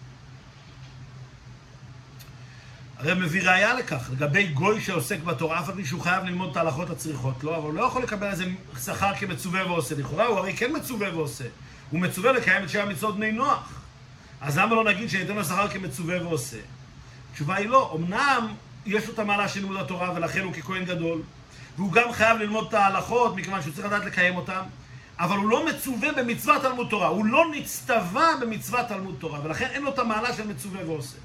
הרי מביא ראיה לכך, לגבי גוי שעוסק בתורה, אף על פי שהוא חייב ללמוד את ההלכות הצריכות לו, אבל הוא לא יכול לקבל איזה שכר כמצווה ועושה. לכאורה הוא הרי כן מצווה ועושה. הוא מצווה לקיים את 7 מצוות בני נוח. אז למה לא נגיד שניתן לו שכר כמצווה ועושה? התשובה היא לא. אמנם יש לו את המעלה של לימוד התורה, ולכן הוא ככהן גדול, והוא גם חייב ללמוד את ההלכות, מכיוון שהוא צריך לדעת לקיים אותם, אבל הוא לא מצווה במצוות תלמוד תורה, הוא לא נצטווה במצוות תלמוד תורה, ולכן אין לו את המעלה של מצווה ועושה.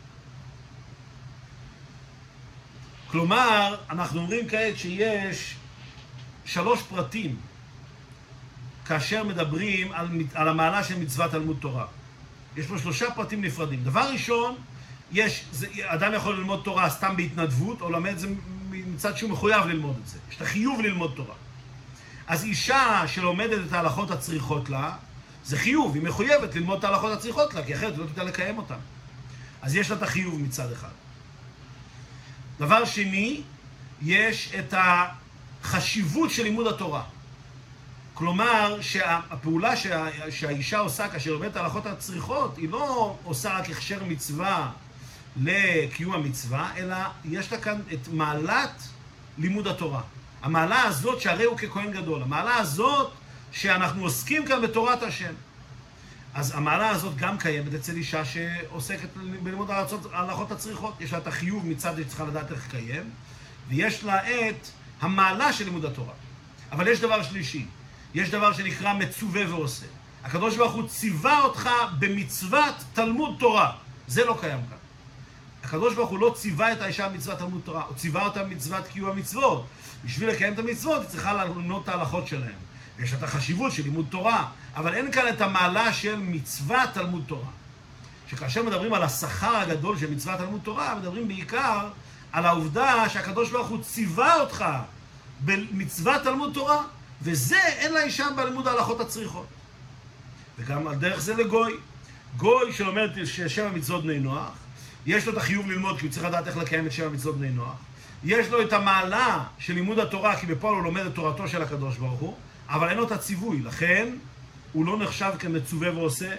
כלומר, אנחנו אומרים כעת שיש 3 פרטים כאשר מדברים על המעלה של מצוות תלמוד תורה. יש פה 3 פרטים נפרדים. דבר ראשון, אדם יכול ללמוד תורה סתם בהתנדבות, או למד את זה מצד שהוא מחויב ללמוד את זה. יש את החיוב ללמוד תורה. אז אישה שלומדת את ההלכות הצריכות לה, זה חיוב, היא מחויבת ללמוד את ההלכות הצריכות לה, כי אחרת לא תדע לקיים אותן. אז יש לה את החיוב מצד אחד. דבר שני, יש את החשיבות של לימוד התורה. כלומר, שהפעולה שהאישה עושה כאשר לומדת את ההלכות הצריכות, היא לא עושה רק הכשר מצווה לקיום המצווה, אלא יש לה כאן את מעלת לימוד התורה. המעלה הזאת שהרי הוא ככהן גדול, המעלה הזאת שאנחנו עוסקים כאן בתורת השם. אז המעלה הזאת גם קיימת אצל אישה שעוסקת בלימוד ההלכות הצריכות. יש לה את החיוב מצד שצריכה לדעת איך לקיים, ויש לה את המעלה של לימוד התורה. אבל יש דבר שלישי, יש דבר שנקרא מצווה ועושה. הקדוש ברוך הוא ציווה אותך במצוות תלמוד תורה. זה לא קיים כאן. הקדוש ברוך הוא לא ציווה את האישה במצוות תלמוד תורה, הוא ציווה אותה במצוות קיום המצוות. בשביל לקיים את המצוות היא צריכה ללמוד את ההלכות שלהם. יש את החשיבות של לימוד תורה, אבל אין כאן את המעלה של מצוות תלמוד תורה. שכאשר מדברים על השכר הגדול של מצוות תלמוד תורה, מדברים בעיקר על העובדה שהקדוש ברוך הוא ציווה אותך במצוות תלמוד תורה, וזה אין לאישה בלימוד ההלכות הצריכות. וגם על דרך זה לגוי. גוי שלומד 7 מצוות בני נוח, יש לו את החיוב ללמוד כי הוא צריך לדעת איך לקיים את 7 מצוות בני נוח. יש לו את המעלה של לימוד התורה, כי בפועל הוא לומד את תורתו של הקדוש ברוך הוא, אבל אין לו את הציווי, לכן הוא לא נחשב כמצווה ועושה,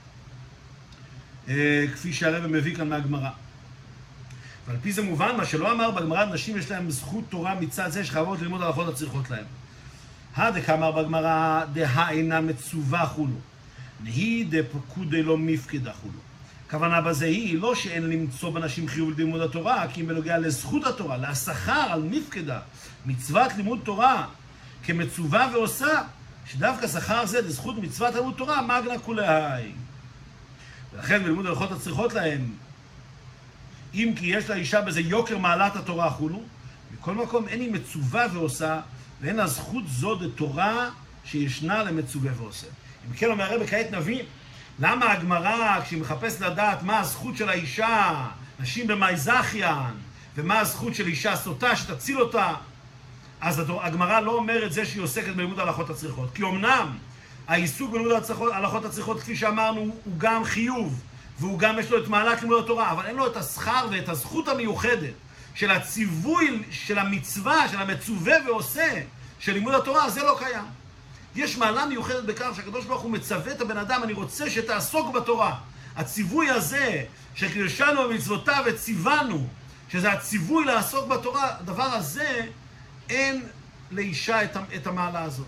כפי שהרבא מביא כאן מהגמרא. ועל פי זה מובן, מה שלא אמר בגמרא, נשים יש להם זכות תורה מצד זה שחייבות ללמוד ההלכות הצריכות להם. דקאמר בגמרא, דהא אינה מצווה חולו, נהי דפקודי לא מפקדה חולו. הכוונה בזה היא לא שאין למצוא בנשים חיוב ללימוד התורה, כי אם בנוגע לזכות התורה, להשכר על מפקדה, מצוות לימוד תורה, כמצווה ועושה, שדווקא שכר זה לזכות מצוות לימוד תורה, מגנה כולי. ולכן בלימוד ההלכות הצריכות להם, אם כי יש לאישה בזה יוקר מעלת התורה חולו, בכל מקום אין היא מצווה ועושה, ואין לה זכות זו דתורה שישנה למצווה ועושה. אם כן אומר הרב כעת נבין, למה הגמרא, כשהיא מחפשת לדעת מה הזכות של האישה, נשים במאי זכיין, ומה הזכות של אישה סוטה שתציל אותה, אז הגמרא לא אומרת זה שהיא עוסקת בלימוד ההלכות הצריכות. כי אמנם העיסוק בלימוד ההלכות הצריכות, כפי שאמרנו, הוא גם חיוב, והוא גם יש לו את מעלת לימוד התורה, אבל אין לו את השכר ואת הזכות המיוחדת של הציווי, של המצווה, של המצווה ועושה, של לימוד התורה, זה לא קיים. יש מעלה מיוחדת בכך שהקדוש ברוך הוא מצווה את הבן אדם, אני רוצה שתעסוק בתורה. הציווי הזה, שקדשנו במצוותיו וציוונו, שזה הציווי לעסוק בתורה, הדבר הזה, אין לאישה את המעלה הזאת.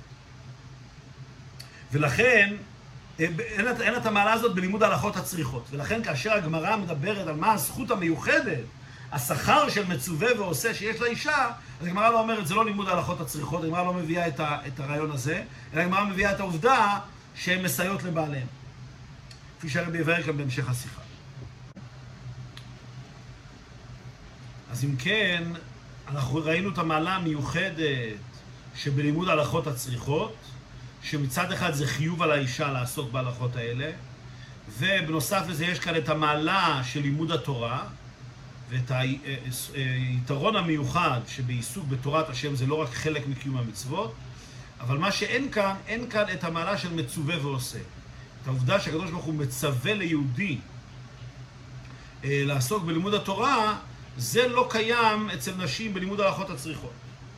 ולכן, אין את המעלה הזאת בלימוד ההלכות הצריכות. ולכן כאשר הגמרא מדברת על מה הזכות המיוחדת, השכר של מצווה ועושה שיש לאישה, אז הגמרא לא אומרת, זה לא לימוד ההלכות הצריכות, הגמרא לא מביאה את הרעיון הזה, אלא הגמרא מביאה את העובדה שהן מסייעות לבעליהם. כפי שהרבי יבהר כאן בהמשך השיחה. אז אם כן, אנחנו ראינו את המעלה המיוחדת שבלימוד ההלכות הצריכות, שמצד אחד זה חיוב על האישה לעסוק בהלכות האלה, ובנוסף לזה יש כאן את המעלה של לימוד התורה, ואת היתרון המיוחד שבעיסוק בתורת השם זה לא רק חלק מקיום המצוות, אבל מה שאין כאן, אין כאן את המעלה של מצווה ועושה. את העובדה שהקדוש ברוך הוא מצווה ליהודי לעסוק בלימוד התורה, זה לא קיים אצל נשים בלימוד ההלכות הצריכות.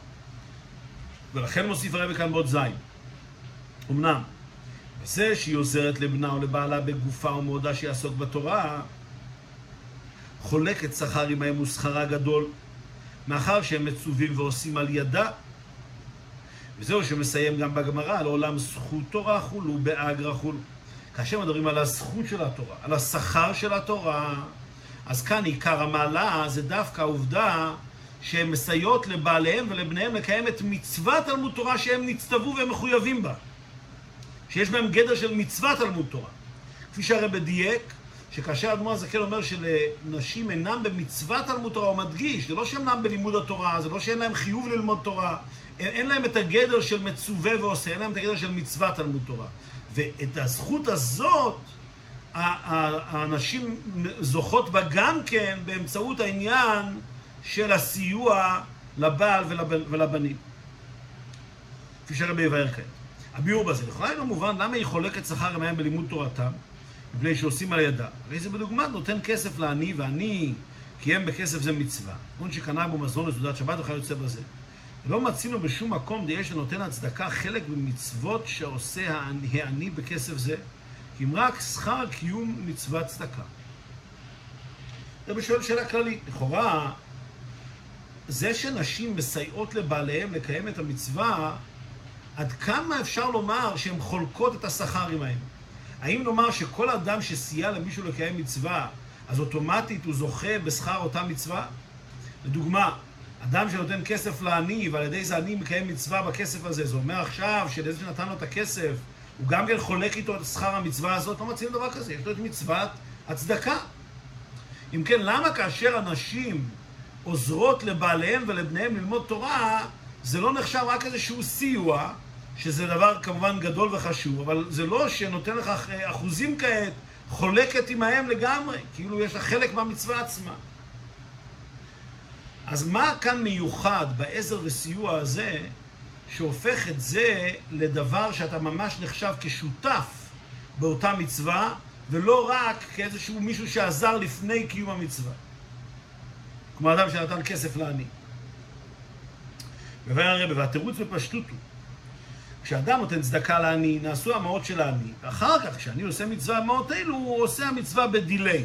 ולכן מוסיף הרבי כאן בעוד זין. אמנם, זה שהיא עוזרת לבנה או לבעלה בגופה או מעודה שיעסוק בתורה, חולקת שכר עמהם ושכרה גדול, מאחר שהם מצווים ועושים על ידה. וזהו שמסיים גם בגמרא, לעולם זכות תורה חולו באגרא חולו. כאשר מדברים על הזכות של התורה, על השכר של התורה, אז כאן עיקר המעלה זה דווקא העובדה שהן מסייעות לבעליהם ולבניהם לקיים את מצוות תלמוד תורה שהם נצטוו והם מחויבים בה. שיש בהם גדר של מצוות תלמוד תורה. כפי שהרב דייק, שכאשר האדמו"ר הזקן אומר שלנשים אינם במצוות תלמוד תורה, הוא מדגיש, זה לא שאינם בלימוד התורה, זה לא שאין להם חיוב ללמוד תורה, אין להם את הגדר של מצווה ועושה, אין להם את הגדר של מצוות תלמוד תורה. ואת הזכות הזאת, האנשים זוכות בה גם כן באמצעות העניין של הסיוע לבעל ולבנים. כפי שהרב יבאר כעת. הביאור בזה, לכאורה אינו מובן למה היא חולקת שכר עמהם בלימוד תורתם, מפני שעושים על ידה. הרי זה בדוגמה נותן כסף לעני, ועני קיים בכסף זה מצווה. כמובן שקנה בו מזון לסעודת שבת וכיוצא יוצא בזה. ולא מצינו בשום מקום דיש שנותן הצדקה חלק במצוות שעושה העני בכסף זה, כי אם רק שכר קיום מצוות צדקה. זה בשואל שאלה כללית. לכאורה, זה שנשים מסייעות לבעליהם לקיים את המצווה, עד כמה אפשר לומר שהן חולקות את השכר עמהם? האם נאמר שכל אדם שסייע למישהו לקיים מצווה, אז אוטומטית הוא זוכה בשכר אותה מצווה? לדוגמה, אדם שנותן כסף לעני, ועל ידי זה עני מקיים מצווה בכסף הזה, זה אומר עכשיו שלזה שנתן לו את הכסף, הוא גם כן חולק איתו את שכר המצווה הזאת? לא מציעים דבר כזה, יש לו את מצוות הצדקה. אם כן, למה כאשר אנשים עוזרות לבעליהם ולבניהם ללמוד תורה, זה לא נחשב רק איזשהו סיוע, שזה דבר כמובן גדול וחשוב, אבל זה לא שנותן לך אחוזים כעת, חולקת עמהם לגמרי, כאילו יש לך חלק מהמצווה עצמה. אז מה כאן מיוחד בעזר וסיוע הזה, שהופך את זה לדבר שאתה ממש נחשב כשותף באותה מצווה, ולא רק כאיזשהו מישהו שעזר לפני קיום המצווה? כמו אדם שנתן כסף לעני. והתירוץ בפשטות הוא, כשאדם נותן צדקה לעני, נעשו המעות של העני, ואחר כך, כשאני עושה מצווה המעות האלו, הוא עושה המצווה בדיליי.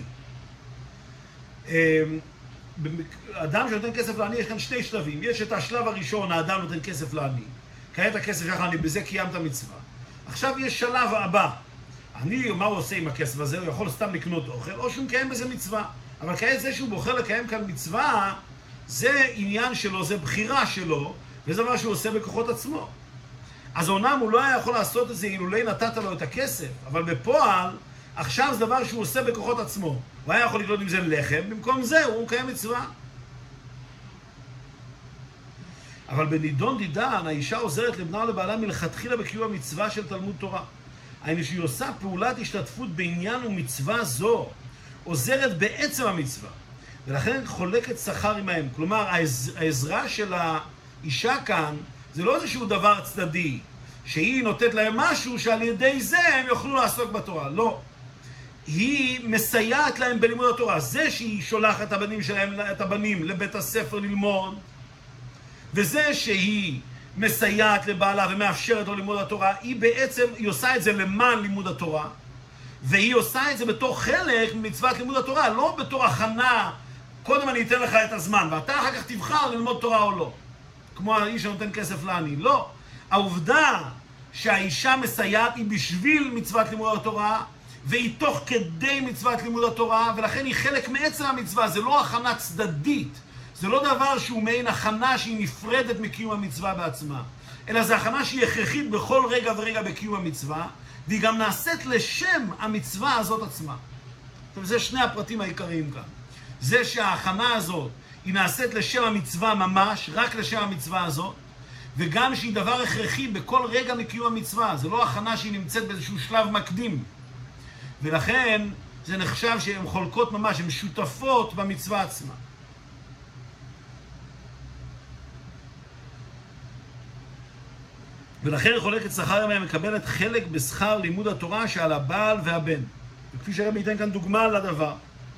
אדם שנותן כסף לעני, יש כאן שני שלבים. יש את השלב הראשון, האדם נותן כסף לעני. כעת הכסף שלך לעני, בזה קיימת מצווה. עכשיו יש שלב הבא. מה הוא עושה עם הכסף הזה? הוא יכול סתם לקנות אוכל, או שהוא מקיים בזה מצווה. אבל כעת זה שהוא בוחר לקיים כאן מצווה, זה עניין שלו, זה בחירה שלו, וזה דבר שהוא עושה בכוחות עצמו. אז אומנם הוא לא היה יכול לעשות את זה אילולי נתת לו את הכסף, אבל בפועל, עכשיו זה דבר שהוא עושה בכוחות עצמו. הוא היה יכול לקנות עם זה לחם, במקום זה הוא מקיים מצווה. אבל בנידון דידן, האישה עוזרת לבנה ולבעלה מלכתחילה בקיום המצווה של תלמוד תורה. היינו שהיא עושה פעולת השתתפות בעניין ומצווה זו, עוזרת בעצם המצווה, ולכן חולקת שכר עמהם. כלומר, העזרה של האישה כאן, זה לא איזשהו דבר צדדי, שהיא נותנת להם משהו שעל ידי זה הם יוכלו לעסוק בתורה. לא. היא מסייעת להם בלימוד התורה. זה שהיא שולחת את הבנים לבית הספר ללמוד, וזה שהיא מסייעת לבעלה ומאפשרת לו לימוד התורה, היא בעצם, היא עושה את זה למען לימוד התורה, והיא עושה את זה בתור חלק ממצוות לימוד התורה, לא בתור הכנה, קודם אני אתן לך את הזמן, ואתה אחר כך תבחר ללמוד תורה או לא. כמו האיש שנותן כסף לעני. לא. העובדה שהאישה מסייעת היא בשביל מצוות לימוד התורה, והיא תוך כדי מצוות לימוד התורה, ולכן היא חלק מעצם המצווה. זה לא הכנה צדדית. זה לא דבר שהוא מעין הכנה שהיא נפרדת מקיום המצווה בעצמה, אלא זה הכנה שהיא הכרחית בכל רגע ורגע בקיום המצווה, והיא גם נעשית לשם המצווה הזאת עצמה. זה שני הפרטים העיקריים כאן. זה שההכנה הזאת היא נעשית לשם המצווה ממש, רק לשם המצווה הזאת, וגם שהיא דבר הכרחי בכל רגע מקיום המצווה. זה לא הכנה שהיא נמצאת באיזשהו שלב מקדים. ולכן זה נחשב שהן חולקות ממש, הן שותפות במצווה עצמה. ולכן חולקת שכר עמהם מקבלת חלק בשכר לימוד התורה שעל הבעל והבן. וכפי שהרב ייתן כאן דוגמה לדבר.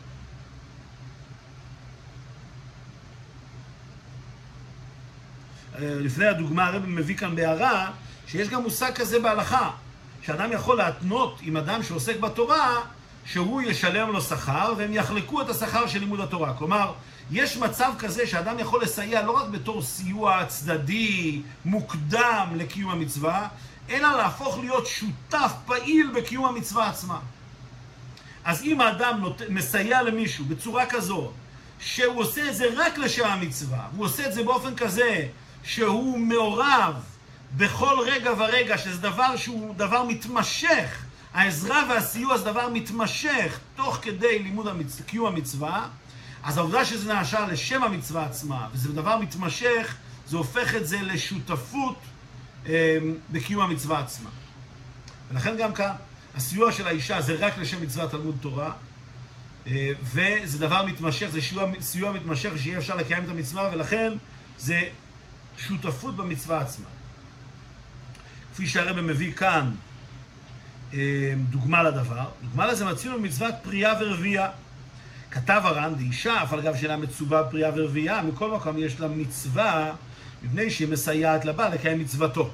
לפני הדוגמה הרב מביא כאן בהערה שיש גם מושג כזה בהלכה, שאדם יכול להתנות עם אדם שעוסק בתורה שהוא ישלם לו שכר והם יחלקו את השכר של לימוד התורה. כלומר, יש מצב כזה שאדם יכול לסייע לא רק בתור סיוע צדדי מוקדם לקיום המצווה, אלא להפוך להיות שותף פעיל בקיום המצווה עצמה. אז אם האדם מסייע למישהו בצורה כזו שהוא עושה את זה רק לשם המצווה, הוא עושה את זה באופן כזה שהוא מעורב בכל רגע ורגע, שזה דבר שהוא דבר מתמשך, העזרה והסיוע זה דבר מתמשך תוך כדי קיום המצווה, אז העובדה שזה נעשה לשם המצווה עצמה, וזה דבר מתמשך, זה הופך את זה לשותפות בקיום המצווה עצמה. ולכן גם כאן, הסיוע של האישה זה רק לשם מצוות תלמוד תורה, וזה דבר מתמשך, זה סיוע מתמשך שיהיה אפשר לקיים את המצווה, ולכן זה שותפות במצווה עצמה. כפי שהרבא מביא כאן דוגמה לדבר, דוגמה לזה מצינו במצוות פרייה ורבייה. כתב הר"ן, אישה, אף על גב שאינה מצווה פרייה ורבייה, מכל מקום יש לה מצווה, מפני שהיא מסייעת לבעל לקיים מצוותו.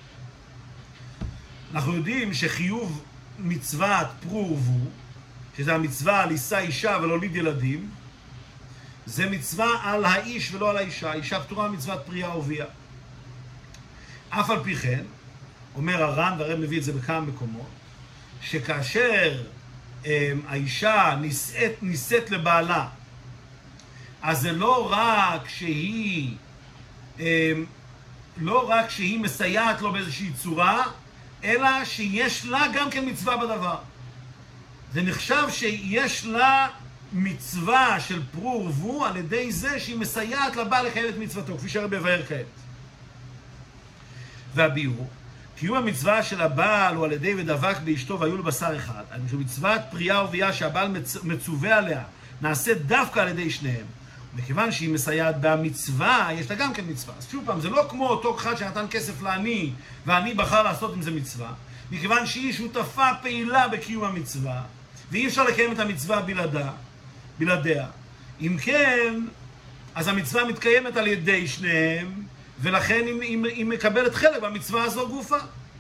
אנחנו יודעים שחיוב מצוות פרו ורבו, שזה המצווה על יישא אישה ולהוליד ילדים, זה מצווה על האיש ולא על האישה. האישה פטורה מצוות פרייה ורבייה. אף על פי כן, אומר הר"ן, והרב מביא את זה בכמה מקומות, שכאשר האישה נישאת לבעלה, אז זה לא רק שהיא מסייעת לו באיזושהי צורה, אלא שיש לה גם כן מצווה בדבר. זה נחשב שיש לה מצווה של פרו ורבו על ידי זה שהיא מסייעת לבעל לקיים את מצוותו, כפי שהרב יבאר כעת. והביאור, קיום המצווה של הבעל הוא על ידי ודבק באשתו והיו לבשר אחד. מצוות פרייה ורבייה שהבעל מצווה עליה נעשית דווקא על ידי שניהם. מכיוון שהיא מסייעת במצווה, יש לה גם כן מצווה. אז שוב פעם, זה לא כמו אותו אחד שנתן כסף לעני, והעני בחר לעשות עם זה מצווה. מכיוון שהיא שותפה פעילה בקיום המצווה, ואי אפשר לקיים את המצווה בלעדיה. אם כן, אז המצווה מתקיימת על ידי שניהם, ולכן היא מקבלת חלק במצווה הזו גופה.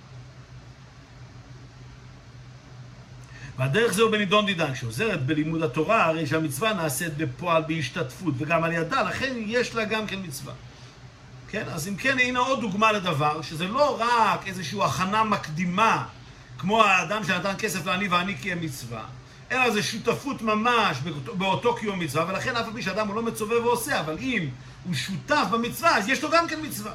והדרך זהו בנידון דידן, שעוזרת בלימוד התורה, הרי שהמצווה נעשית בפועל בהשתתפות, וגם על ידה, לכן יש לה גם כן מצווה. כן? אז אם כן, הנה עוד דוגמה לדבר, שזה לא רק איזושהי הכנה מקדימה, כמו האדם שנתן כסף לעני והעני קיים מצווה, אלא זה שותפות ממש באותו קיום מצווה, ולכן אף על פי שאדם הוא לא מצווה ועושה, אבל אם הוא שותף במצווה, אז יש לו גם כן מצווה.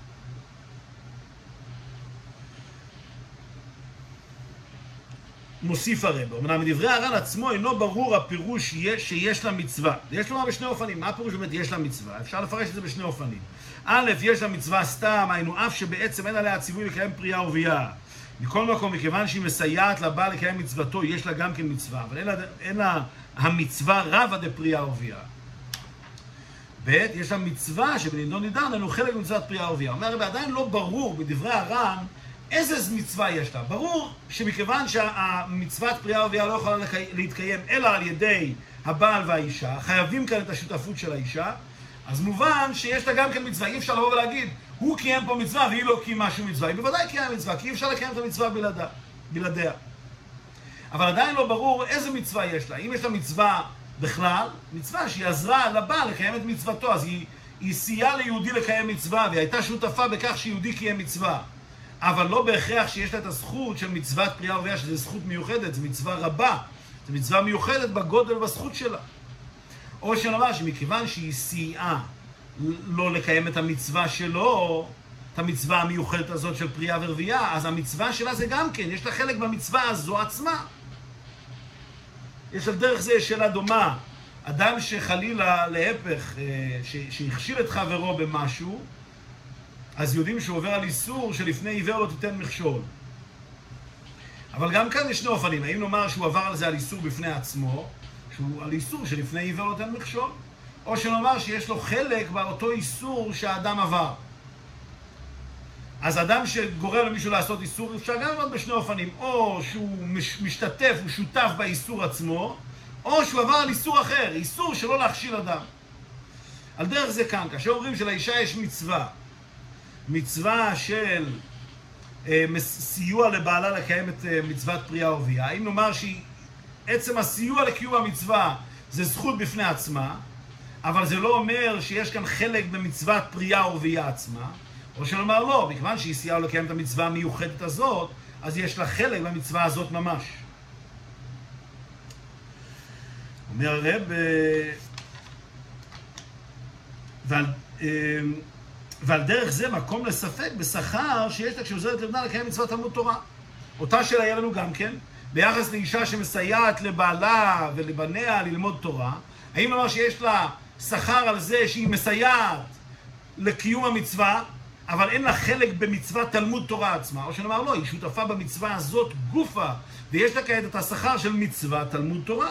מוסיף הרב, אמנם מדברי הר"ן עצמו אינו ברור הפירוש שיש לה מצווה. יש לומר בשני אופנים. מה הפירוש באמת יש לה מצווה? אפשר לפרש את זה בשני אופנים. א', יש לה מצווה סתם, היינו אף שבעצם אין עליה ציווי לקיים פרייה ורבייה. מכל מקום, מכיוון שהיא מסייעת לבעל לקיים מצוותו, יש לה גם כן מצווה, אבל אין לה המצווה רבא דפרייה ורבייה. ב', יש לה מצווה שבנידון נידן לנו חלק ממצוות פרייה ורבייה. אומר הרב, עדיין לא ברור בדברי הר"ן איזה מצווה יש לה. ברור שמכיוון שהמצוות פרייה ורבייה לא יכולה להתקיים אלא על ידי הבעל והאישה, חייבים כאן את השותפות של האישה, אז מובן שיש לה גם כן מצווה. אי אפשר לבוא ולהגיד, הוא קיים פה מצווה והיא לא קיימה שום מצווה. היא בוודאי קיים מצווה, כי אי אפשר לקיים את המצווה בלעדיה. אבל עדיין לא ברור איזה מצווה יש לה. אם יש לה מצווה בכלל, מצווה שהיא עזרה לבעל לקיים את מצוותו, אז היא סייעה ליהודי לקיים מצווה, והיא הייתה שותפה בכך שיהודי קיים מצווה. אבל לא בהכרח שיש לה את הזכות של מצוות פרייה ורבייה, שזו זכות מיוחדת, זו מצווה רבה, זו מצווה מיוחדת בגודל ובזכות שלה. או שנאמר שמכיוון שהיא סייעה לא לקיים את המצווה שלו, את המצווה המיוחדת הזאת של פרייה ורבייה, אז המצווה שלה זה גם כן, יש לה חלק במצווה הזו עצמה. יש על דרך זה שאלה דומה, אדם שחלילה להפך, שהכשיל את חברו במשהו, אז יודעים שהוא עובר על איסור שלפני עיוור לא תיתן מכשול. אבל גם כאן יש שני אופנים, האם נאמר שהוא עבר על זה על איסור בפני עצמו, שהוא על איסור שלפני עיוור לא תיתן מכשול, או שנאמר שיש לו חלק באותו איסור שהאדם עבר. אז אדם שגורם למישהו לעשות איסור, אפשר גם לראות בשני אופנים, או שהוא משתתף, הוא שותף באיסור עצמו, או שהוא עבר על איסור אחר, איסור שלא להכשיל אדם. על דרך זה כאן, כאשר אומרים שלאישה יש מצווה של סיוע לבעלה לקיים את מצוות פרייה ורבייה, אם נאמר שעצם הסיוע לקיום המצווה זה זכות בפני עצמה, אבל זה לא אומר שיש כאן חלק במצוות פרייה ורבייה עצמה, או שנאמר לא, מכיוון שהיא סייעה לקיים את המצווה המיוחדת הזאת, אז יש לה חלק במצווה הזאת ממש. אומר הרב, ועל דרך זה מקום לספק בשכר שיש לה כשעוזרת לבנה לקיים מצוות תלמוד תורה. אותה שאלה היה לנו גם כן, ביחס לאישה שמסייעת לבעלה ולבניה ללמוד תורה, האם נאמר שיש לה שכר על זה שהיא מסייעת לקיום המצווה, אבל אין לה חלק במצוות תלמוד תורה עצמה, או שנאמר לא, היא שותפה במצווה הזאת גופה, ויש לה כעת את השכר של מצוות תלמוד תורה.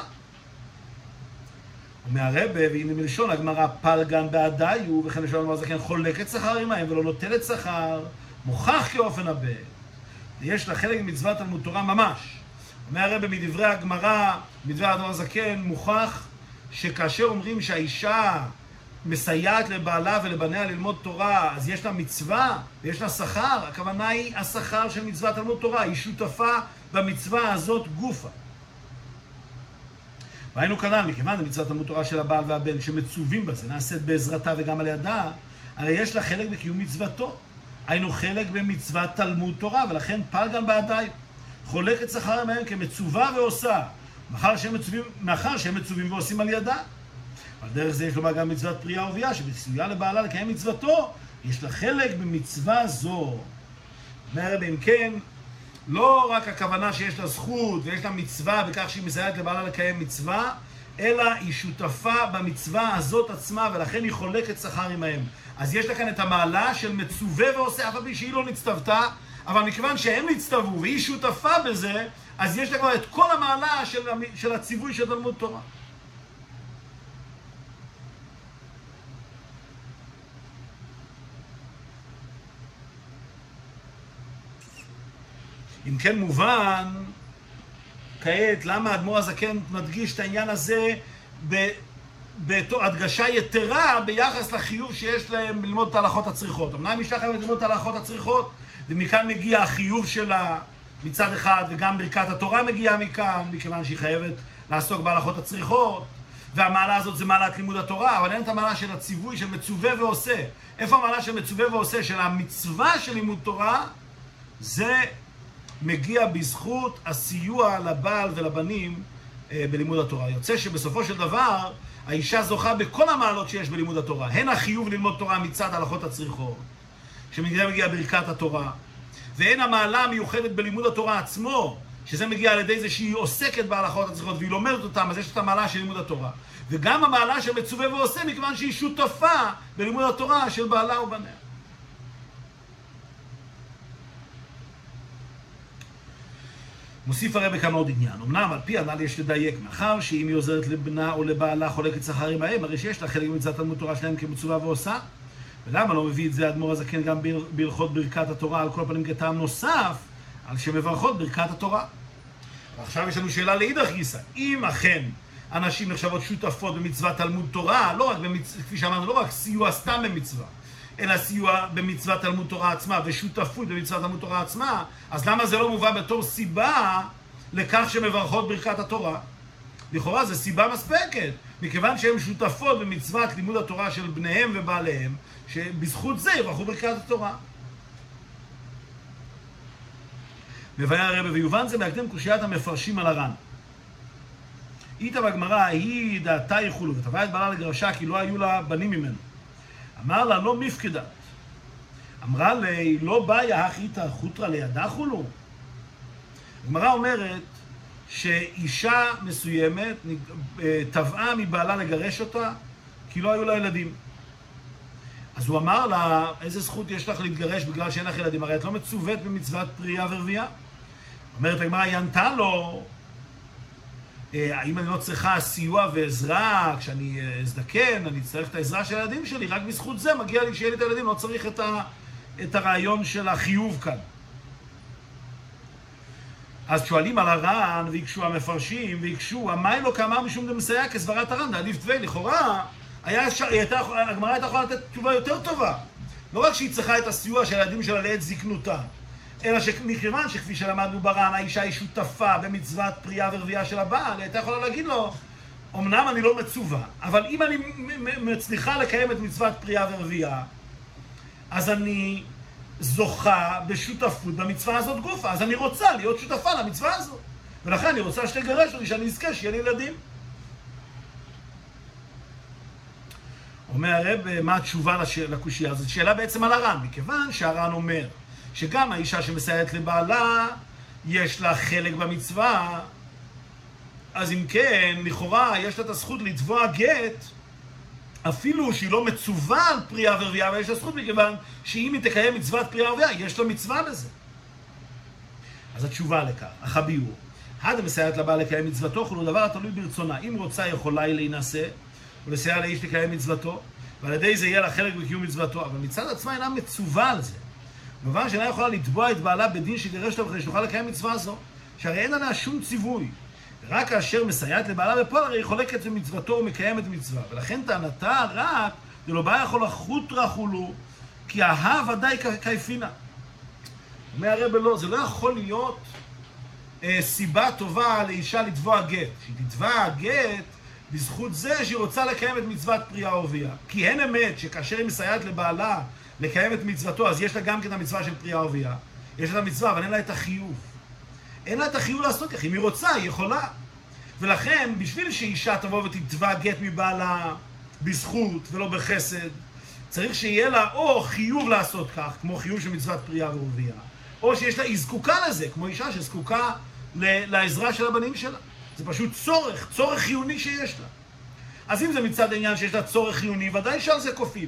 ומהרבה, והנה מלשון הגמרא פלגן בעדיו, וכן לשון אמר זה כן חולקת שכר עמהם ולא נוטלת שכר, מוכח כאופן הבא. יש לה חלק במצוות תלמוד תורה ממש. ומהרבה מדברי הגמרא, מדברי האדמו"ר הזקן, מוכח שכאשר אומרים שהאישה מסייעת לבעלה ולבניה ללמוד תורה, אז יש לה מצווה ויש לה שכר. הכוונה היא השכר של מצוות תלמוד תורה, היא שותפה במצווה הזאת גופה. והיינו כנ"ל, מכיוון מצוות תלמוד תורה של הבעל והבן שמצווים בזה, נעשית בעזרתה וגם על ידה, הרי יש לה חלק בקיום מצוותו. היינו חלק במצוות תלמוד תורה, ולכן פלגן בעדיו. חולקת שכר עמהם כמצווה ועושה, מאחר שהם מצווים ועושים על ידה. על דרך זה יש לומר גם מצוות פריה ורבייה, שבציוויה לבעלה לקיים מצוותו, יש לה חלק במצווה זו. אומר אם כן, לא רק הכוונה שיש לה זכות ויש לה מצווה בכך שהיא מסייעת לבעלה לקיים מצווה, אלא היא שותפה במצווה הזאת עצמה, ולכן היא חולקת שכר עמהם. אז יש לה כאן את המעלה של מצווה ועושה, אף על שהיא לא נצטוותה, אבל מכיוון שהם נצטוו והיא שותפה בזה, אז יש לה כבר את כל המעלה של הציווי של תלמוד תורה. אם כן מובן, כעת, למה האדמו"ר הזקן מדגיש את העניין הזה בהדגשה יתרה ביחס לחיוב שיש להם ללמוד את ההלכות הצריכות. אמנם יש לכם ללמוד את ההלכות הצריכות, ומכאן מגיע החיוב שלה מצד אחד, וגם ברכת התורה מגיעה מכאן, מכיוון שהיא חייבת לעסוק בהלכות הצריכות, והמעלה הזאת זה מעלת לימוד התורה, אבל אין את המעלה של הציווי של מצווה ועושה. איפה המעלה של מצווה ועושה? של המצווה של לימוד תורה, זה מגיע בזכות הסיוע לבעל ולבנים בלימוד התורה. יוצא שבסופו של דבר האישה זוכה בכל המעלות שיש בלימוד התורה. הן החיוב ללמוד תורה מצד הלכות הצריכות, שמגיע ברכת התורה, והן המעלה המיוחדת בלימוד התורה עצמו, שזה מגיע על ידי זה שהיא עוסקת בהלכות הצריכות והיא לומדת אותם, אז יש את המעלה של לימוד התורה. וגם המעלה של מצווה ועושה, מכיוון שהיא שותפה בלימוד התורה של בעלה ובניה. מוסיף הרב כאן עוד עניין. אמנם על פי הנ"ל יש לדייק, מאחר שאם היא עוזרת לבנה או לבעלה חולקת שכר עמהם, הרי שיש לה חלק במצוות תלמוד תורה שלהם כמצווה ועושה. ולמה לא מביא את זה האדמו"ר הזקן גם בהלכות ברכת התורה, על כל פנים כטעם נוסף, על שמברכות ברכת התורה. ועכשיו יש לנו שאלה לאידך גיסא. אם אכן אנשים נחשבות שותפות במצוות תלמוד תורה, לא רק כפי שאמרנו, לא רק סיוע סתם במצווה, אלא סיוע במצוות תלמוד תורה עצמה ושותפות במצוות תלמוד תורה עצמה, אז למה זה לא מובא בתור סיבה לכך שמברכות ברכת התורה? לכאורה זה סיבה מספקת, מכיוון שהן שותפות במצוות לימוד התורה של בניהם ובעליהם, שבזכות זה יברכו ברכת התורה. מבאר הרב ויובן זה בהקדם קושיית המפרשים על הר"ן. איתה בגמרא, היא דעתה יחולו, ותבעה את בעלה לגרשה כי לא היו לה בנים ממנו. אמר לה, לא מפקדת. אמרה לי, לא באיה אחיתא חוטרא לידה חולו. הגמרא אומרת שאישה מסוימת תבעה מבעלה לגרש אותה כי לא היו לה ילדים. אז הוא אמר לה, איזה זכות יש לך להתגרש בגלל שאין לך ילדים? הרי את לא מצוות במצוות פריה ורבייה. אומרת הגמרא, היא ענתה לו, האם אני לא צריכה סיוע ועזרה, כשאני אזדקן, אני צריך את העזרה של הילדים שלי, רק בזכות זה מגיע לי שיהיה לי את הילדים, לא צריך את הרעיון של החיוב כאן. אז שואלים על הר"ן, ויקשו המפרשים, ויקשו, המאי לא כאמר משום דמסייע כסברת הר"ן, דעדיף תווי, לכאורה, הגמרא הייתה יכולה לתת תשובה יותר טובה. לא רק שהיא צריכה את הסיוע של הילדים שלה לעת זקנותה, אלא מכיוון שכפי שלמדנו בר"ן, האישה היא שותפה במצוות פריה ורבייה של הבעל, הייתה יכולה להגיד לו, אמנם אני לא מצווה, אבל אם אני מצליחה לקיים את מצוות פריה ורבייה, אז אני זוכה בשותפות במצווה הזאת גופה, אז אני רוצה להיות שותפה למצווה הזאת, ולכן אני רוצה שתגרש אותי, שאני אזכה שיהיה לי ילדים. אומר הרב, מה התשובה לקושיה הזאת? שאלה בעצם על הר"ן, מכיוון שהר"ן אומר שגם האישה שמסייעת לבעלה, יש לה חלק במצווה, אז אם כן, לכאורה יש לה את הזכות לתבוע גט, אפילו שהיא לא מצווה על פרייה ורבייה, אבל יש לה זכות מכיוון שאם היא תקיים מצוות פרייה ורבייה, יש לה מצווה בזה. אז התשובה לכך, הביאור. המסייעת לבעל לקיים מצוותו, הוא דבר התלוי ברצונה. אם רוצה יכולה היא להינשא, ולסייע לאיש לקיים מצוותו, ועל ידי זה יהיה לה חלק בקיום מצוותו, אבל מצד עצמה אינה מצווה על זה. במובן שאינה יכולה לתבוע את בעלה בדין שגרש לה וכדי שתוכל לקיים מצווה זו, שהרי אין עליה שום ציווי. רק כאשר מסייעת לבעלה בפועל, הרי היא חולקת במצוותו ומקיימת מצווה. ולכן טענתה רק, דלא בא יכול החוטרא חולו, כי אהה ודאי כיפינה. אומר הרב לא, זה לא יכול להיות סיבה טובה לאישה לתבוע גט. שהיא תתבע גט בזכות זה שהיא רוצה לקיים את מצוות פרייה ורבייה. כי אין אמת שכאשר היא מסייעת לבעלה לקיים את מצוותו, אז יש לה גם כן המצווה של פרייה ורבייה. יש לה מצווה, אבל אין לה את החיוב. אין לה את החיוב לעשות כך. אם היא רוצה, היא יכולה. ולכן, בשביל שאישה תבוא ותתבע גט מבעלה בזכות ולא בחסד, צריך שיהיה לה או חיוב לעשות כך, כמו חיוב של מצוות פרייה ורבייה, או שיש לה, היא זקוקה לזה, כמו אישה שזקוקה לעזרה של הבנים שלה. זה פשוט צורך חיוני שיש לה. אז אם זה מצד העניין שיש לה צורך חיוני, ודאי שעל זה כופים.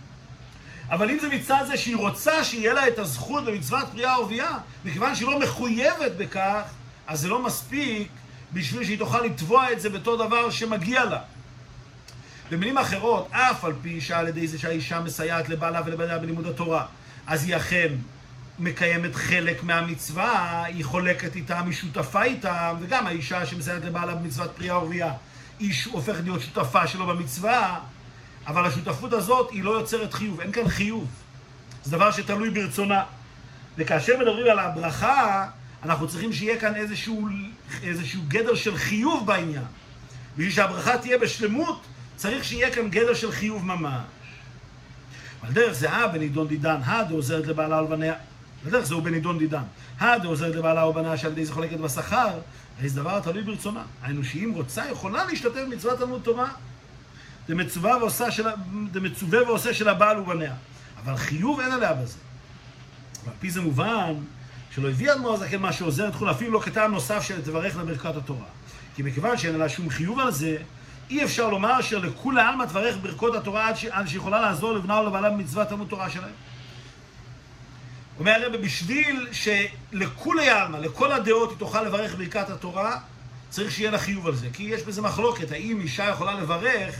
אבל אם זה מצד זה שהיא רוצה שיהיה לה את הזכות במצוות פרייה ורבייה, מכיוון שהיא לא מחויבת בכך, אז זה לא מספיק בשביל שהיא תוכל לתבוע את זה בתור דבר שמגיע לה. במילים אחרות, אף על פי שעל ידי זה שהאישה מסייעת לבעלה ולבניה בלימוד התורה, אז היא אכן מקיימת חלק מהמצווה, היא חולקת איתם, היא שותפה איתם, וגם האישה שמסייעת לבעלה במצוות פרייה ורבייה, היא הופכת להיות שותפה שלו במצווה, אבל השותפות הזאת היא לא יוצרת חיוב, אין כאן חיוב. זה דבר שתלוי ברצונה. וכאשר מדברים על הברכה, אנחנו צריכים שיהיה כאן איזשהו גדר של חיוב בעניין. בשביל שהברכה תהיה בשלמות, צריך שיהיה כאן גדר של חיוב ממש. על דרך זה בנידון דידן, דעוזרת לבעלה ולבניה. לדרך זה הוא בנידון דידן. דעוזרת לבעלה ולבניה שעל ידי זה חולקת בשכר, הרי זה דבר תלוי ברצונה. היינו שאם רוצה יכולה להשתתף במצוות תלמוד תורה. זה מצווה ועושה של הבעל ובניה. אבל חיוב אין עליה בזה. ועל פי זה מובן שלא הביא אדמו"ר הזקן מה שעוזר את חול, אפילו לא כטעם נוסף של תברך לברכת התורה. כי מכיוון שאין עליה שום חיוב על זה, אי אפשר לומר אשר לכולי עלמא תברך ברכות התורה עד שיכולה לעזור לבנה ולבעלה במצוות תלמוד תורה שלהם. אומר הרב, בשביל שלכולי עלמא, לכל הדעות היא תוכל לברך ברכת התורה, צריך שיהיה לה חיוב על זה. כי יש בזה מחלוקת, האם אישה יכולה לברך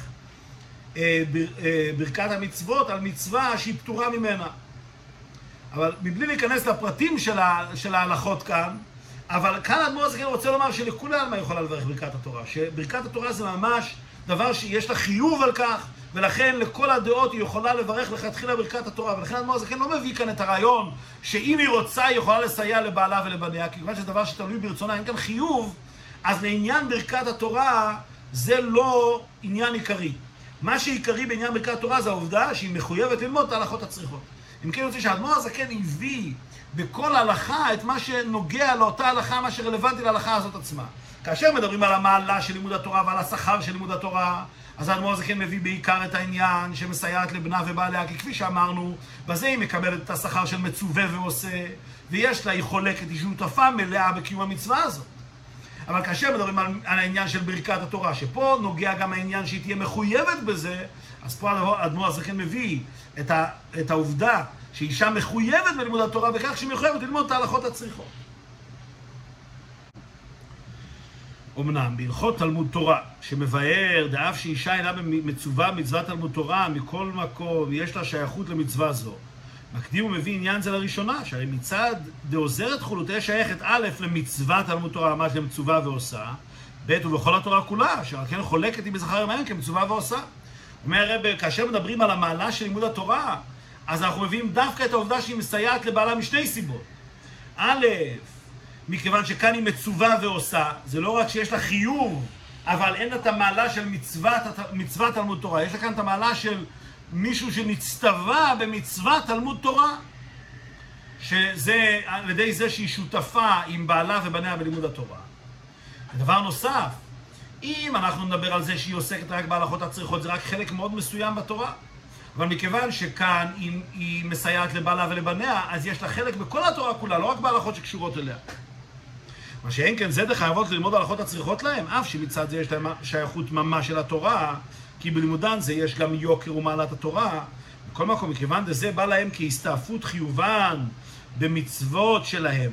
ברכת המצוות על מצווה שהיא פטורה ממנה. אבל מבלי להיכנס לפרטים של ההלכות כאן, אבל כאן האדמו"ר הזקן רוצה לומר שלכולי עלמא יכולה לברך ברכת התורה, שברכת התורה זה ממש דבר שיש לה חיוב על כך, ולכן לכל הדעות היא יכולה לברך לכתחילה ברכת התורה, ולכן האדמו"ר הזקן לא מביא כאן את הרעיון שאם היא רוצה היא יכולה לסייע לבעלה ולבניה, כי כיוון שזה דבר שתלוי ברצונה, אין כאן חיוב, אז לעניין ברכת התורה זה לא עניין עיקרי. מה שעיקרי בעניין ברכת התורה זה העובדה שהיא מחויבת ללמוד את ההלכות הצריכות. אם כן רוצה שהאדמו"ר הזקן הביא בכל הלכה את מה שנוגע לאותה הלכה, מה שרלוונטי להלכה הזאת עצמה. כאשר מדברים על המעלה של לימוד התורה ועל השכר של לימוד התורה, אז האדמו"ר הזקן מביא בעיקר את העניין שמסייעת לבנה ובעליה, כי כפי שאמרנו, בזה היא מקבלת את השכר של מצווה ועושה, ויש לה, היא חולקת, היא שותפה מלאה בקיום המצווה הזאת. אבל כאשר מדברים על העניין של ברכת התורה, שפה נוגע גם העניין שהיא תהיה מחויבת בזה, אז פה האדמו"ר הזקן מביא את העובדה שאישה מחויבת בלימוד התורה, וכך שהיא מחויבת ללמוד את ההלכות הצריכות. אמנם, בהלכות תלמוד תורה, שמבאר דאף שאישה אינה מצווה מצוות תלמוד תורה מכל מקום, יש לה שייכות למצווה זו. מקדים ומביא עניין זה לראשונה, שהרי מצד דעוזרת חולותיה שייכת א' למצוות תלמוד תורה, ממש למצווה ועושה, ב' ובכל התורה כולה, אשר כן חולקת היא בזכר ימיהם כמצווה ועושה. אומר הרב, כאשר מדברים על המעלה של לימוד התורה, אז אנחנו מביאים דווקא את העובדה שהיא מסייעת לבעלה משני סיבות. א', מכיוון שכאן היא מצווה ועושה, זה לא רק שיש לה חיוב, אבל אין לה את המעלה של מצוות תלמוד תורה. יש לה כאן את המעלה של מישהו שנצטווה במצוות תלמוד תורה, שזה על ידי זה שהיא שותפה עם בעלה ובניה בלימוד התורה. דבר נוסף, אם אנחנו נדבר על זה שהיא עוסקת רק בהלכות הצריכות, זה רק חלק מאוד מסוים בתורה. אבל מכיוון שכאן היא מסייעת לבעלה ולבניה, אז יש לה חלק בכל התורה כולה, לא רק בהלכות שקשורות אליה. מה שאין כן זה חייבות ללמוד הלכות הצריכות להם, אף שמצד זה יש להם שייכות ממש של התורה, כי בלימודן זה יש גם יוקר ומעלת התורה. בכל מקום, מכיוון זה בא להם כהסתעפות חיובן במצוות שלהם,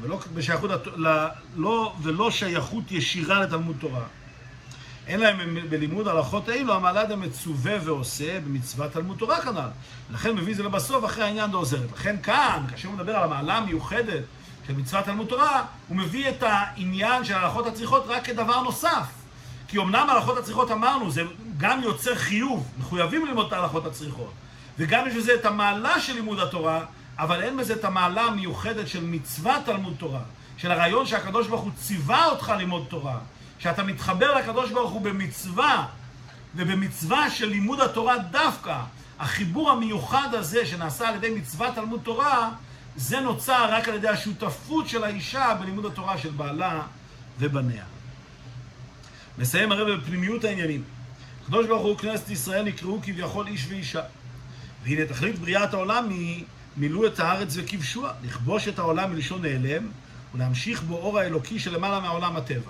ולא שייכות ישירה לתלמוד תורה. אין להם בלימוד הלכות אילו, המעלה דם מצווה ועושה במצוות תלמוד תורה כנ"ל. לכן מביא זה לבסוף אחרי העניין דעוזרת. לכן כאן, כאשר הוא מדבר על המעלה המיוחדת של מצוות תלמוד תורה, הוא מביא את העניין של הלכות הצריכות רק כדבר נוסף. כי אמנם הלכות הצריכות אמרנו, זה גם יוצר חיוב, מחויבים ללמוד את ההלכות הצריכות. וגם יש בזה את המעלה של לימוד התורה, אבל אין בזה את המעלה המיוחדת של מצוות תלמוד תורה. של הרעיון שהקדוש ברוך הוא ציווה אותך ללמוד תורה. שאתה מתחבר לקדוש ברוך הוא במצווה, ובמצווה של לימוד התורה דווקא, החיבור המיוחד הזה שנעשה על ידי מצוות תלמוד תורה, זה נוצר רק על ידי השותפות של האישה בלימוד התורה של בעלה ובניה. מסיים הרב בפנימיות העניינים. הקדוש ברוך הוא כנסת ישראל נקראו כביכול איש ואישה. והנה תכלית בריאת העולם היא מילאו את הארץ וכבשוה, לכבוש את העולם מלשון נעלם, ולהמשיך בו אור האלוקי שלמעלה מהעולם הטבע.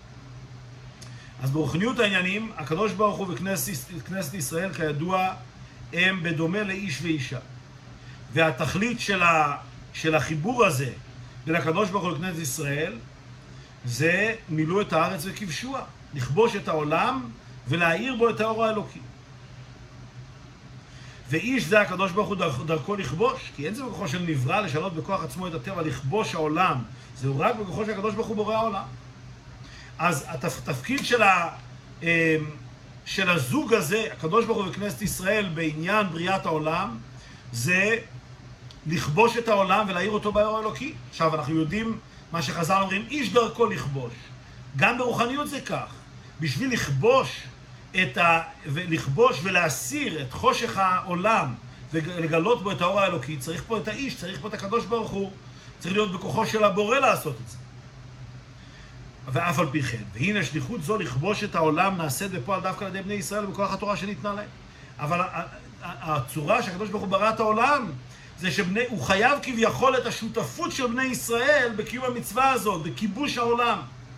אז ברוחניות העניינים, הקדוש ברוך הוא וכנסת ישראל כידוע הם בדומה לאיש ואישה. והתכלית של החיבור הזה בין הקדוש ברוך הוא לכנסת ישראל זה מילאו את הארץ וכבשוה, לכבוש את העולם ולהאיר בו את האור האלוקי. ואיש זה הקדוש ברוך הוא דרכו לכבוש, כי אין זה בכוחו של נברא לשנות בכוח עצמו את הטבע, לכבוש העולם, זהו רק בכוחו של הקדוש ברוך הוא בורא העולם. אז התפקיד של הזוג הזה, הקדוש ברוך הוא וכנסת ישראל בעניין בריאת העולם, זה לכבוש את העולם ולהאיר אותו באור האלוקי. עכשיו אנחנו יודעים מה שחז"ל אומרים, איש דרכו לכבוש. גם ברוחניות זה כך. בשביל לכבוש ולהסיר את חושך העולם ולגלות בו את האור האלוקי, צריך פה את האיש, צריך פה את הקדוש ברוך הוא, צריך להיות בכוחו של הבורא לעשות את זה. ואף על פי כן, והנה שליחות זו לכבוש את העולם נעשית בפועל דווקא על ידי בני ישראל בכוח התורה שניתנה להם. אבל הצורה שהקדוש ברוך הוא ברא את העולם זה שהוא חייב כביכול את השותפות של בני ישראל בקיום המצווה הזאת, בכיבוש העולם.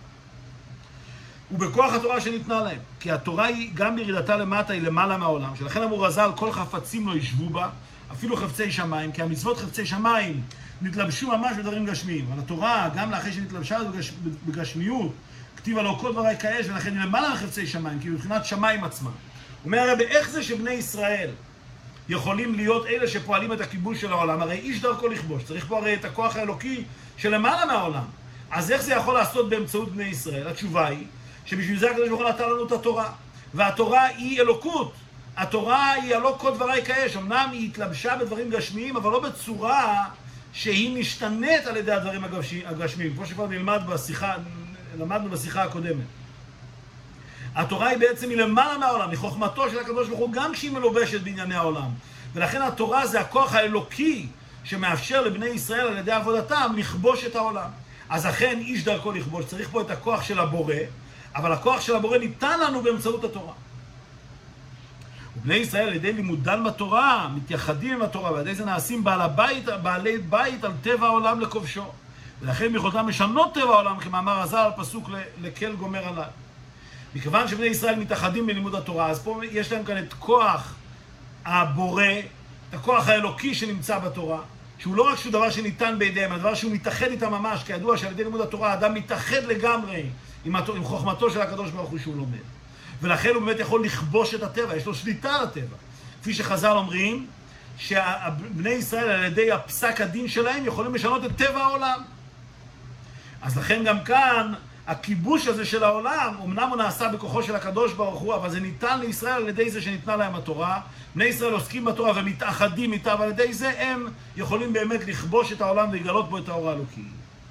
ובכוח התורה שניתנה להם. כי התורה היא גם בירידתה למטה, היא למעלה מהעולם. שלכן אמרו רז"ל, כל חפצים לא ישבו בה, אפילו חפצי שמיים, כי המצוות חפצי שמיים נתלבשו ממש בדברים גשמיים. אבל התורה, גם לאחרי שנתלבשה בגשמיות, כתיבה לו כל דברי כאש, ולכן היא למעלה מחפצי שמיים, כי מבחינת שמיים עצמם. אומר הרבי, איך זה שבני ישראל יכולים להיות אלה שפועלים את הכיבוש של העולם? הרי איש דרכו לכבוש, צריך פה הרי את הכוח האלוקי שלמעלה מהעולם. אז איך זה יכול לעשות באמצעות בני ישראל? התשובה היא שבשביל זה הקדוש ברוך הוא נתן לנו את התורה. והתורה היא אלוקות. התורה היא הלא כל דברי כאש. אמנם היא התלבשה בדברים גשמיים, אבל לא בצורה שהיא משתנית על ידי הדברים הגשמיים. כמו שכבר למדנו בשיחה הקודמת. התורה היא בעצם למעלה מהעולם, מחוכמתו של הקדוש ברוך הוא, גם כשהיא מלובשת בענייני העולם. ולכן התורה זה הכוח האלוקי שמאפשר לבני ישראל על ידי עבודתם לכבוש את העולם. אז אכן איש דרכו לכבוש, צריך פה את הכוח של הבורא, אבל הכוח של הבורא ניתן לנו באמצעות התורה. ובני ישראל על ידי לימודן בתורה, מתייחדים עם התורה, ועל ידי זה נעשים בעלי בית על טבע העולם לכובשו. ולכן ביכולתם לשנות טבע העולם, כמאמר רז"ל על פסוק לקל גומר עליו. מכיוון שבני ישראל מתאחדים בלימוד התורה, אז פה יש להם כאן את כוח הבורא, את הכוח האלוקי שנמצא בתורה, שהוא לא רק שהוא דבר שניתן בידיהם, הדבר שהוא מתאחד איתם ממש, כידוע שעל ידי לימוד התורה האדם מתאחד לגמרי עם חוכמתו של הקדוש ברוך הוא שהוא לומד. ולכן הוא באמת יכול לכבוש את הטבע, יש לו שליטה על הטבע. כפי שחז"ל אומרים, שבני ישראל על ידי הפסק הדין שלהם יכולים לשנות את טבע העולם. אז לכן גם כאן, הכיבוש הזה של העולם, אמנם הוא נעשה בכוחו של הקדוש ברוך הוא, אבל זה ניתן לישראל על ידי זה שניתנה להם התורה. בני ישראל עוסקים בתורה ומתאחדים איתה, ועל ידי זה הם יכולים באמת לכבוש את העולם ולגלות בו את האור האלוקי.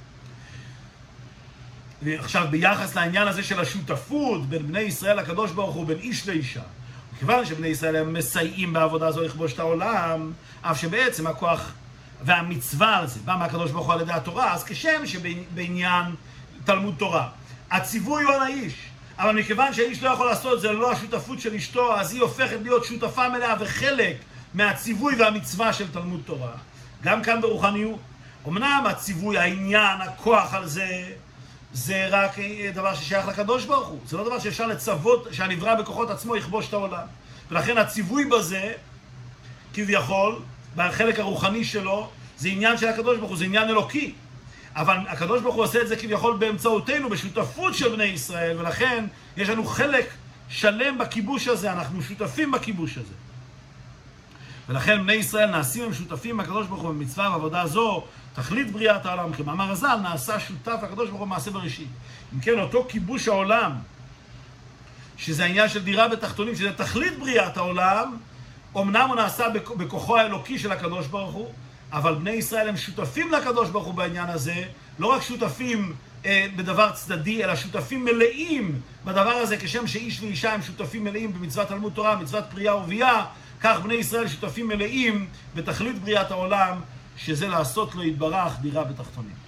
עכשיו, ביחס לעניין הזה של השותפות בין בני ישראל לקדוש ברוך הוא, בין איש לאישה, מכיוון שבני ישראל הם מסייעים בעבודה הזו לכבוש את העולם, אף שבעצם הכוח והמצווה על זה בא מהקדוש ברוך הוא על ידי התורה, אז כשם שבעניין תלמוד תורה הציווי הוא על האיש, אבל מכיוון שהאיש לא יכול לעשות את זה ללא השותפות של אשתו, אז היא הופכת להיות שותפה מלאה וחלק מהציווי והמצווה של תלמוד תורה. גם כאן ברוחניות. אמנם הציווי, העניין, הכוח על זה, זה רק דבר ששייך לקדוש ברוך הוא. זה לא דבר שאפשר לצוות, שהנברא בכוחות עצמו יכבוש את העולם. ולכן הציווי בזה, כביכול, בחלק הרוחני שלו, זה עניין של הקדוש ברוך הוא, זה עניין אלוקי. אבל הקדוש ברוך הוא עושה את זה כביכול באמצעותנו, בשותפות של בני ישראל, ולכן יש לנו חלק שלם בכיבוש הזה, אנחנו שותפים בכיבוש הזה. ולכן בני ישראל נעשים הם שותפים מהקדוש ברוך הוא במצווה ועבודה זו, תכלית בריאת העולם. כמאמר הז"ל, נעשה שותף הקדוש ברוך הוא מעשה בראשית. אם כן, אותו כיבוש העולם, שזה העניין של דירה בתחתונים, שזה תכלית בריאת העולם, אמנם הוא נעשה בכוחו האלוקי של הקדוש ברוך הוא, אבל בני ישראל הם שותפים לקדוש ברוך הוא בעניין הזה, לא רק שותפים בדבר צדדי, אלא שותפים מלאים בדבר הזה, כשם שאיש ואישה הם שותפים מלאים במצוות תלמוד תורה, מצוות פרייה ורבייה, כך בני ישראל שותפים מלאים בתכלית בריאת העולם, שזה לעשות לו יתברך דירה בתחתונים.